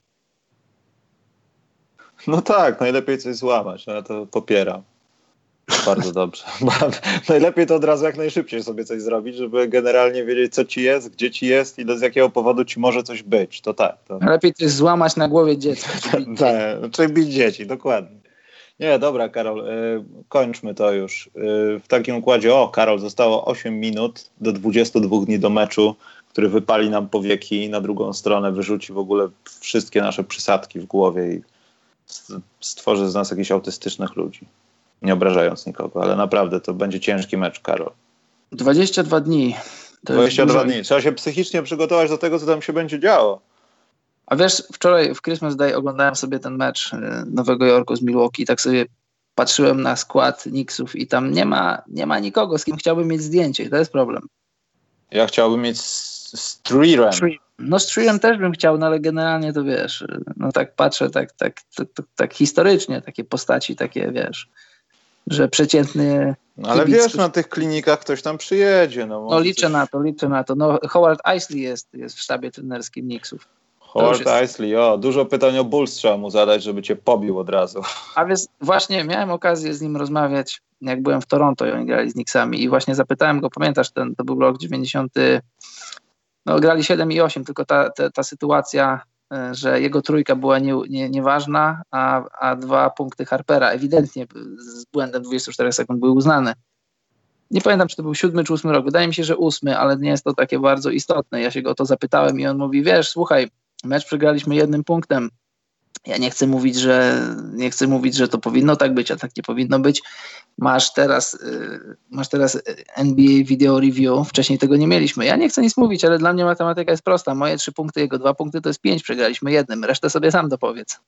Speaker 1: No tak, najlepiej coś złamać, no ja to popieram. Bardzo dobrze. Najlepiej to od razu jak najszybciej sobie coś zrobić, żeby generalnie wiedzieć, co ci jest, gdzie ci jest i z jakiego powodu ci może coś być. To tak. To...
Speaker 2: Najlepiej coś złamać na głowie dziecka.
Speaker 1: Tak, czyli bić dzieci, dokładnie. Nie, dobra, Karol, kończmy to już. W takim układzie, Karol, zostało 8 minut do 22 dni do meczu, który wypali nam powieki i na drugą stronę wyrzuci w ogóle wszystkie nasze przysadki w głowie i stworzy z nas jakichś autystycznych ludzi. Nie obrażając nikogo, ale naprawdę to będzie ciężki mecz, Karol.
Speaker 2: 22 dni.
Speaker 1: 22 dni. Trzeba się psychicznie przygotować do tego, co tam się będzie działo.
Speaker 2: A wiesz, wczoraj w Christmas Day oglądałem sobie ten mecz Nowego Jorku z Milwaukee i tak sobie patrzyłem na skład Knicksów i tam nie ma nikogo, z kim chciałbym mieć zdjęcie i to jest problem.
Speaker 1: Ja chciałbym mieć z Treerem.
Speaker 2: No z Treerem też bym chciał, no ale generalnie to wiesz, no tak patrzę tak historycznie, takie postaci, takie wiesz, że przeciętny...
Speaker 1: No, ale wiesz, na tych klinikach ktoś tam przyjedzie.
Speaker 2: No liczę na to. No Howard Eisley jest w sztabie trenerskim Knicksów.
Speaker 1: Howard Eisley, dużo pytań o Bulls trzeba mu zadać, żeby cię pobił od razu.
Speaker 2: A więc właśnie miałem okazję z nim rozmawiać, jak byłem w Toronto i oni grali z Knicksami i właśnie zapytałem go, pamiętasz, to był rok 90, no grali 7 i 8, tylko ta sytuacja, że jego trójka była nieważna, a 2 punkty Harpera ewidentnie z błędem 24 sekund były uznane. Nie pamiętam, czy to był 7 czy 8 rok, wydaje mi się, że 8, ale nie jest to takie bardzo istotne. Ja się go o to zapytałem i on mówi, wiesz, słuchaj, mecz przegraliśmy 1 punktem. Ja nie chcę mówić, że to powinno tak być, a tak nie powinno być. Masz teraz NBA Video Review, wcześniej tego nie mieliśmy. Ja nie chcę nic mówić, ale dla mnie matematyka jest prosta. Moje 3 punkty, jego 2 punkty to jest 5, przegraliśmy 1. Resztę sobie sam dopowiedz.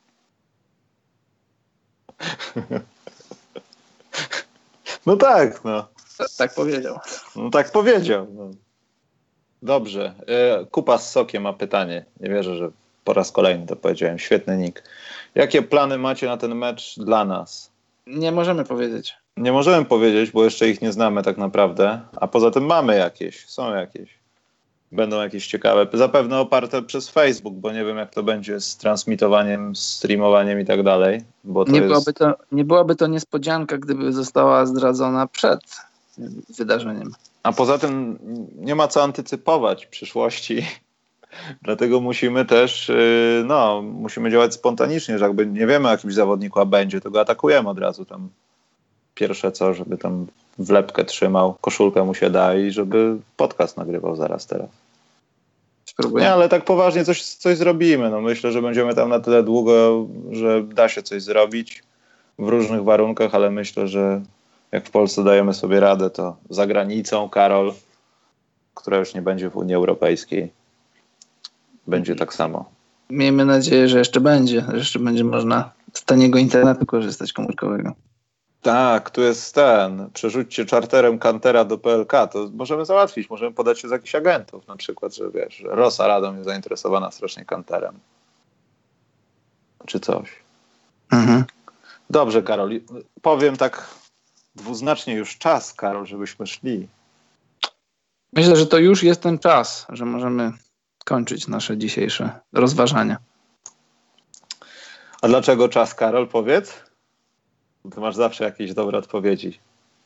Speaker 1: No tak, no.
Speaker 2: Tak powiedział.
Speaker 1: No tak powiedział. No. Dobrze. Kupa z sokiem ma pytanie. Nie wierzę, że po raz kolejny to powiedziałem. Świetny nick. Jakie plany macie na ten mecz dla nas?
Speaker 2: Nie możemy powiedzieć.
Speaker 1: Nie możemy powiedzieć, bo jeszcze ich nie znamy tak naprawdę. A poza tym mamy jakieś. Są jakieś. Będą jakieś ciekawe. Zapewne oparte przez Facebook, bo nie wiem, jak to będzie z transmitowaniem, streamowaniem i tak dalej. Bo to
Speaker 2: nie byłaby to niespodzianka, gdyby została zdradzona przed wydarzeniem.
Speaker 1: A poza tym nie ma co antycypować przyszłości. Dlatego musimy też musimy działać spontanicznie, że jakby nie wiemy o jakimś zawodniku, a będzie, to go atakujemy od razu tam. Pierwsze co, żeby tam wlepkę trzymał, koszulkę mu się da i żeby podcast nagrywał zaraz teraz.
Speaker 2: Spróbuję.
Speaker 1: Nie, ale tak poważnie coś zrobimy. No myślę, że będziemy tam na tyle długo, że da się coś zrobić w różnych warunkach, ale myślę, że jak w Polsce dajemy sobie radę, to za granicą, Karol, która już nie będzie w Unii Europejskiej, będzie tak samo.
Speaker 2: Miejmy nadzieję, że jeszcze będzie można z taniego internetu korzystać komórkowego.
Speaker 1: Tak, tu jest przerzućcie czarterem Kantera do PLK, to możemy załatwić, możemy podać się z jakichś agentów na przykład, że wiesz, że Rosa Radom jest zainteresowana strasznie Kanterem. Czy coś.
Speaker 2: Mhm.
Speaker 1: Dobrze, Karol, powiem tak dwuznacznie już czas, Karol, żebyśmy szli.
Speaker 2: Myślę, że to już jest ten czas, że możemy kończyć nasze dzisiejsze rozważania.
Speaker 1: A dlaczego czas, Karol, powiedz? Ty masz zawsze jakieś dobre odpowiedzi.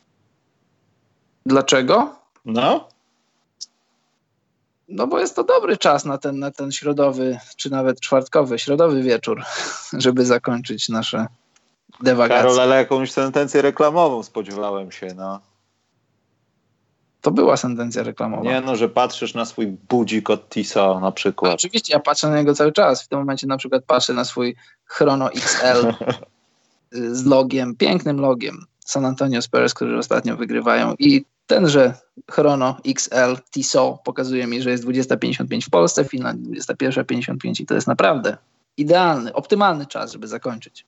Speaker 2: Dlaczego?
Speaker 1: No?
Speaker 2: No bo jest to dobry czas na ten środowy, czy nawet środowy wieczór, żeby zakończyć nasze dewagacje.
Speaker 1: Karol, ale jakąś sentencję reklamową spodziewałem się, no.
Speaker 2: To była sentencja reklamowa.
Speaker 1: Nie no, że patrzysz na swój budzik od Tissot na przykład.
Speaker 2: Oczywiście, ja patrzę na niego cały czas. W tym momencie na przykład patrzę na swój Chrono XL z logiem, pięknym logiem San Antonio Spurs, którzy ostatnio wygrywają, i tenże Chrono XL Tissot pokazuje mi, że jest 20:55 w Polsce, w Finlandii 21:55 i to jest naprawdę idealny, optymalny czas, żeby zakończyć.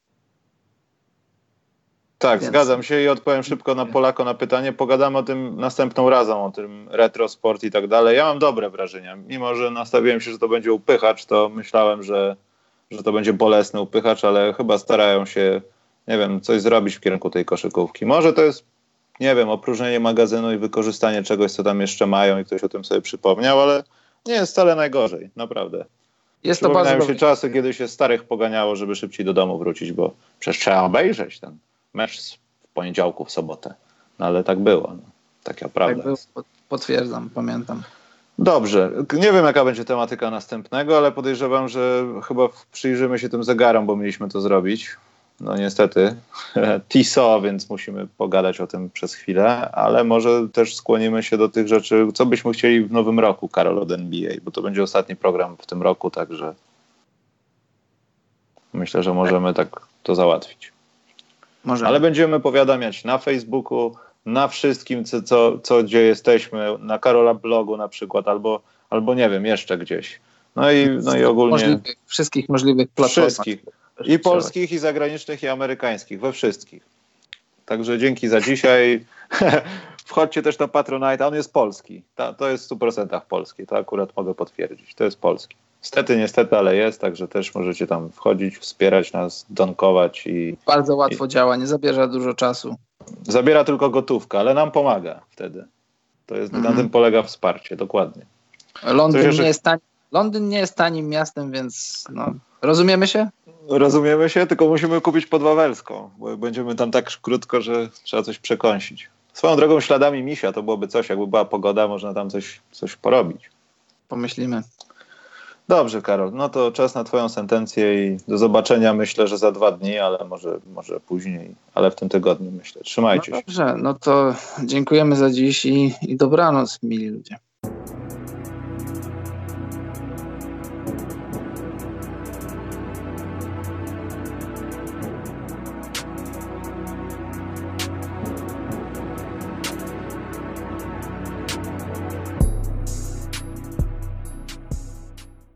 Speaker 1: Tak,
Speaker 2: Więc
Speaker 1: zgadzam się i odpowiem szybko na Polako na pytanie. Pogadamy o tym następną razą, o tym retrosport i tak dalej. Ja mam dobre wrażenia. Mimo że nastawiłem się, że to będzie upychacz, to myślałem, że to będzie bolesny upychacz, ale chyba starają się, nie wiem, coś zrobić w kierunku tej koszykówki. Może to jest, nie wiem, opróżnienie magazynu i wykorzystanie czegoś, co tam jeszcze mają i ktoś o tym sobie przypomniał, ale nie jest wcale najgorzej, naprawdę.
Speaker 2: jest to bardzo
Speaker 1: Przypominają się czasy, kiedy się starych poganiało, żeby szybciej do domu wrócić, bo przecież trzeba obejrzeć ten mecz w poniedziałku, w sobotę. No ale tak było. No. Taka prawda.
Speaker 2: Tak było, potwierdzam, pamiętam.
Speaker 1: Dobrze. Nie wiem, jaka będzie tematyka następnego, ale podejrzewam, że chyba przyjrzymy się tym zegarom, bo mieliśmy to zrobić. No niestety. Tissot, więc musimy pogadać o tym przez chwilę, ale może też skłonimy się do tych rzeczy, co byśmy chcieli w nowym roku, Karol, od NBA, bo to będzie ostatni program w tym roku, także myślę, że możemy tak to załatwić.
Speaker 2: Możemy.
Speaker 1: Ale będziemy powiadamiać na Facebooku, na wszystkim, co gdzie jesteśmy, na Karola blogu na przykład, albo nie wiem, jeszcze gdzieś. No i ogólnie
Speaker 2: wszystkich możliwych platformach.
Speaker 1: Wszystkich. I polskich, i zagranicznych, i amerykańskich. We wszystkich. Także dzięki za dzisiaj. Wchodźcie też na Patronite. On jest polski. To jest w 100% polski. To akurat mogę potwierdzić. To jest polski. Niestety, ale jest. Także też możecie tam wchodzić, wspierać nas, donkować.
Speaker 2: Bardzo łatwo działa. Nie zabierze dużo czasu.
Speaker 1: Zabiera tylko gotówka, ale nam pomaga wtedy. To jest, na tym polega wsparcie. Dokładnie.
Speaker 2: Londyn nie jest tanim miastem, więc no, rozumiemy się?
Speaker 1: Rozumiemy się, tylko musimy kupić podwawelską, bo będziemy tam tak krótko, że trzeba coś przekąsić. Swoją drogą śladami misia to byłoby coś, jakby była pogoda, można tam coś porobić.
Speaker 2: Pomyślimy.
Speaker 1: Dobrze, Karol, no to czas na twoją sentencję i do zobaczenia, myślę, że za 2 dni, ale może później, ale w tym tygodniu, myślę. Trzymajcie się.
Speaker 2: Dobrze, no to dziękujemy za dziś i dobranoc, mili ludzie.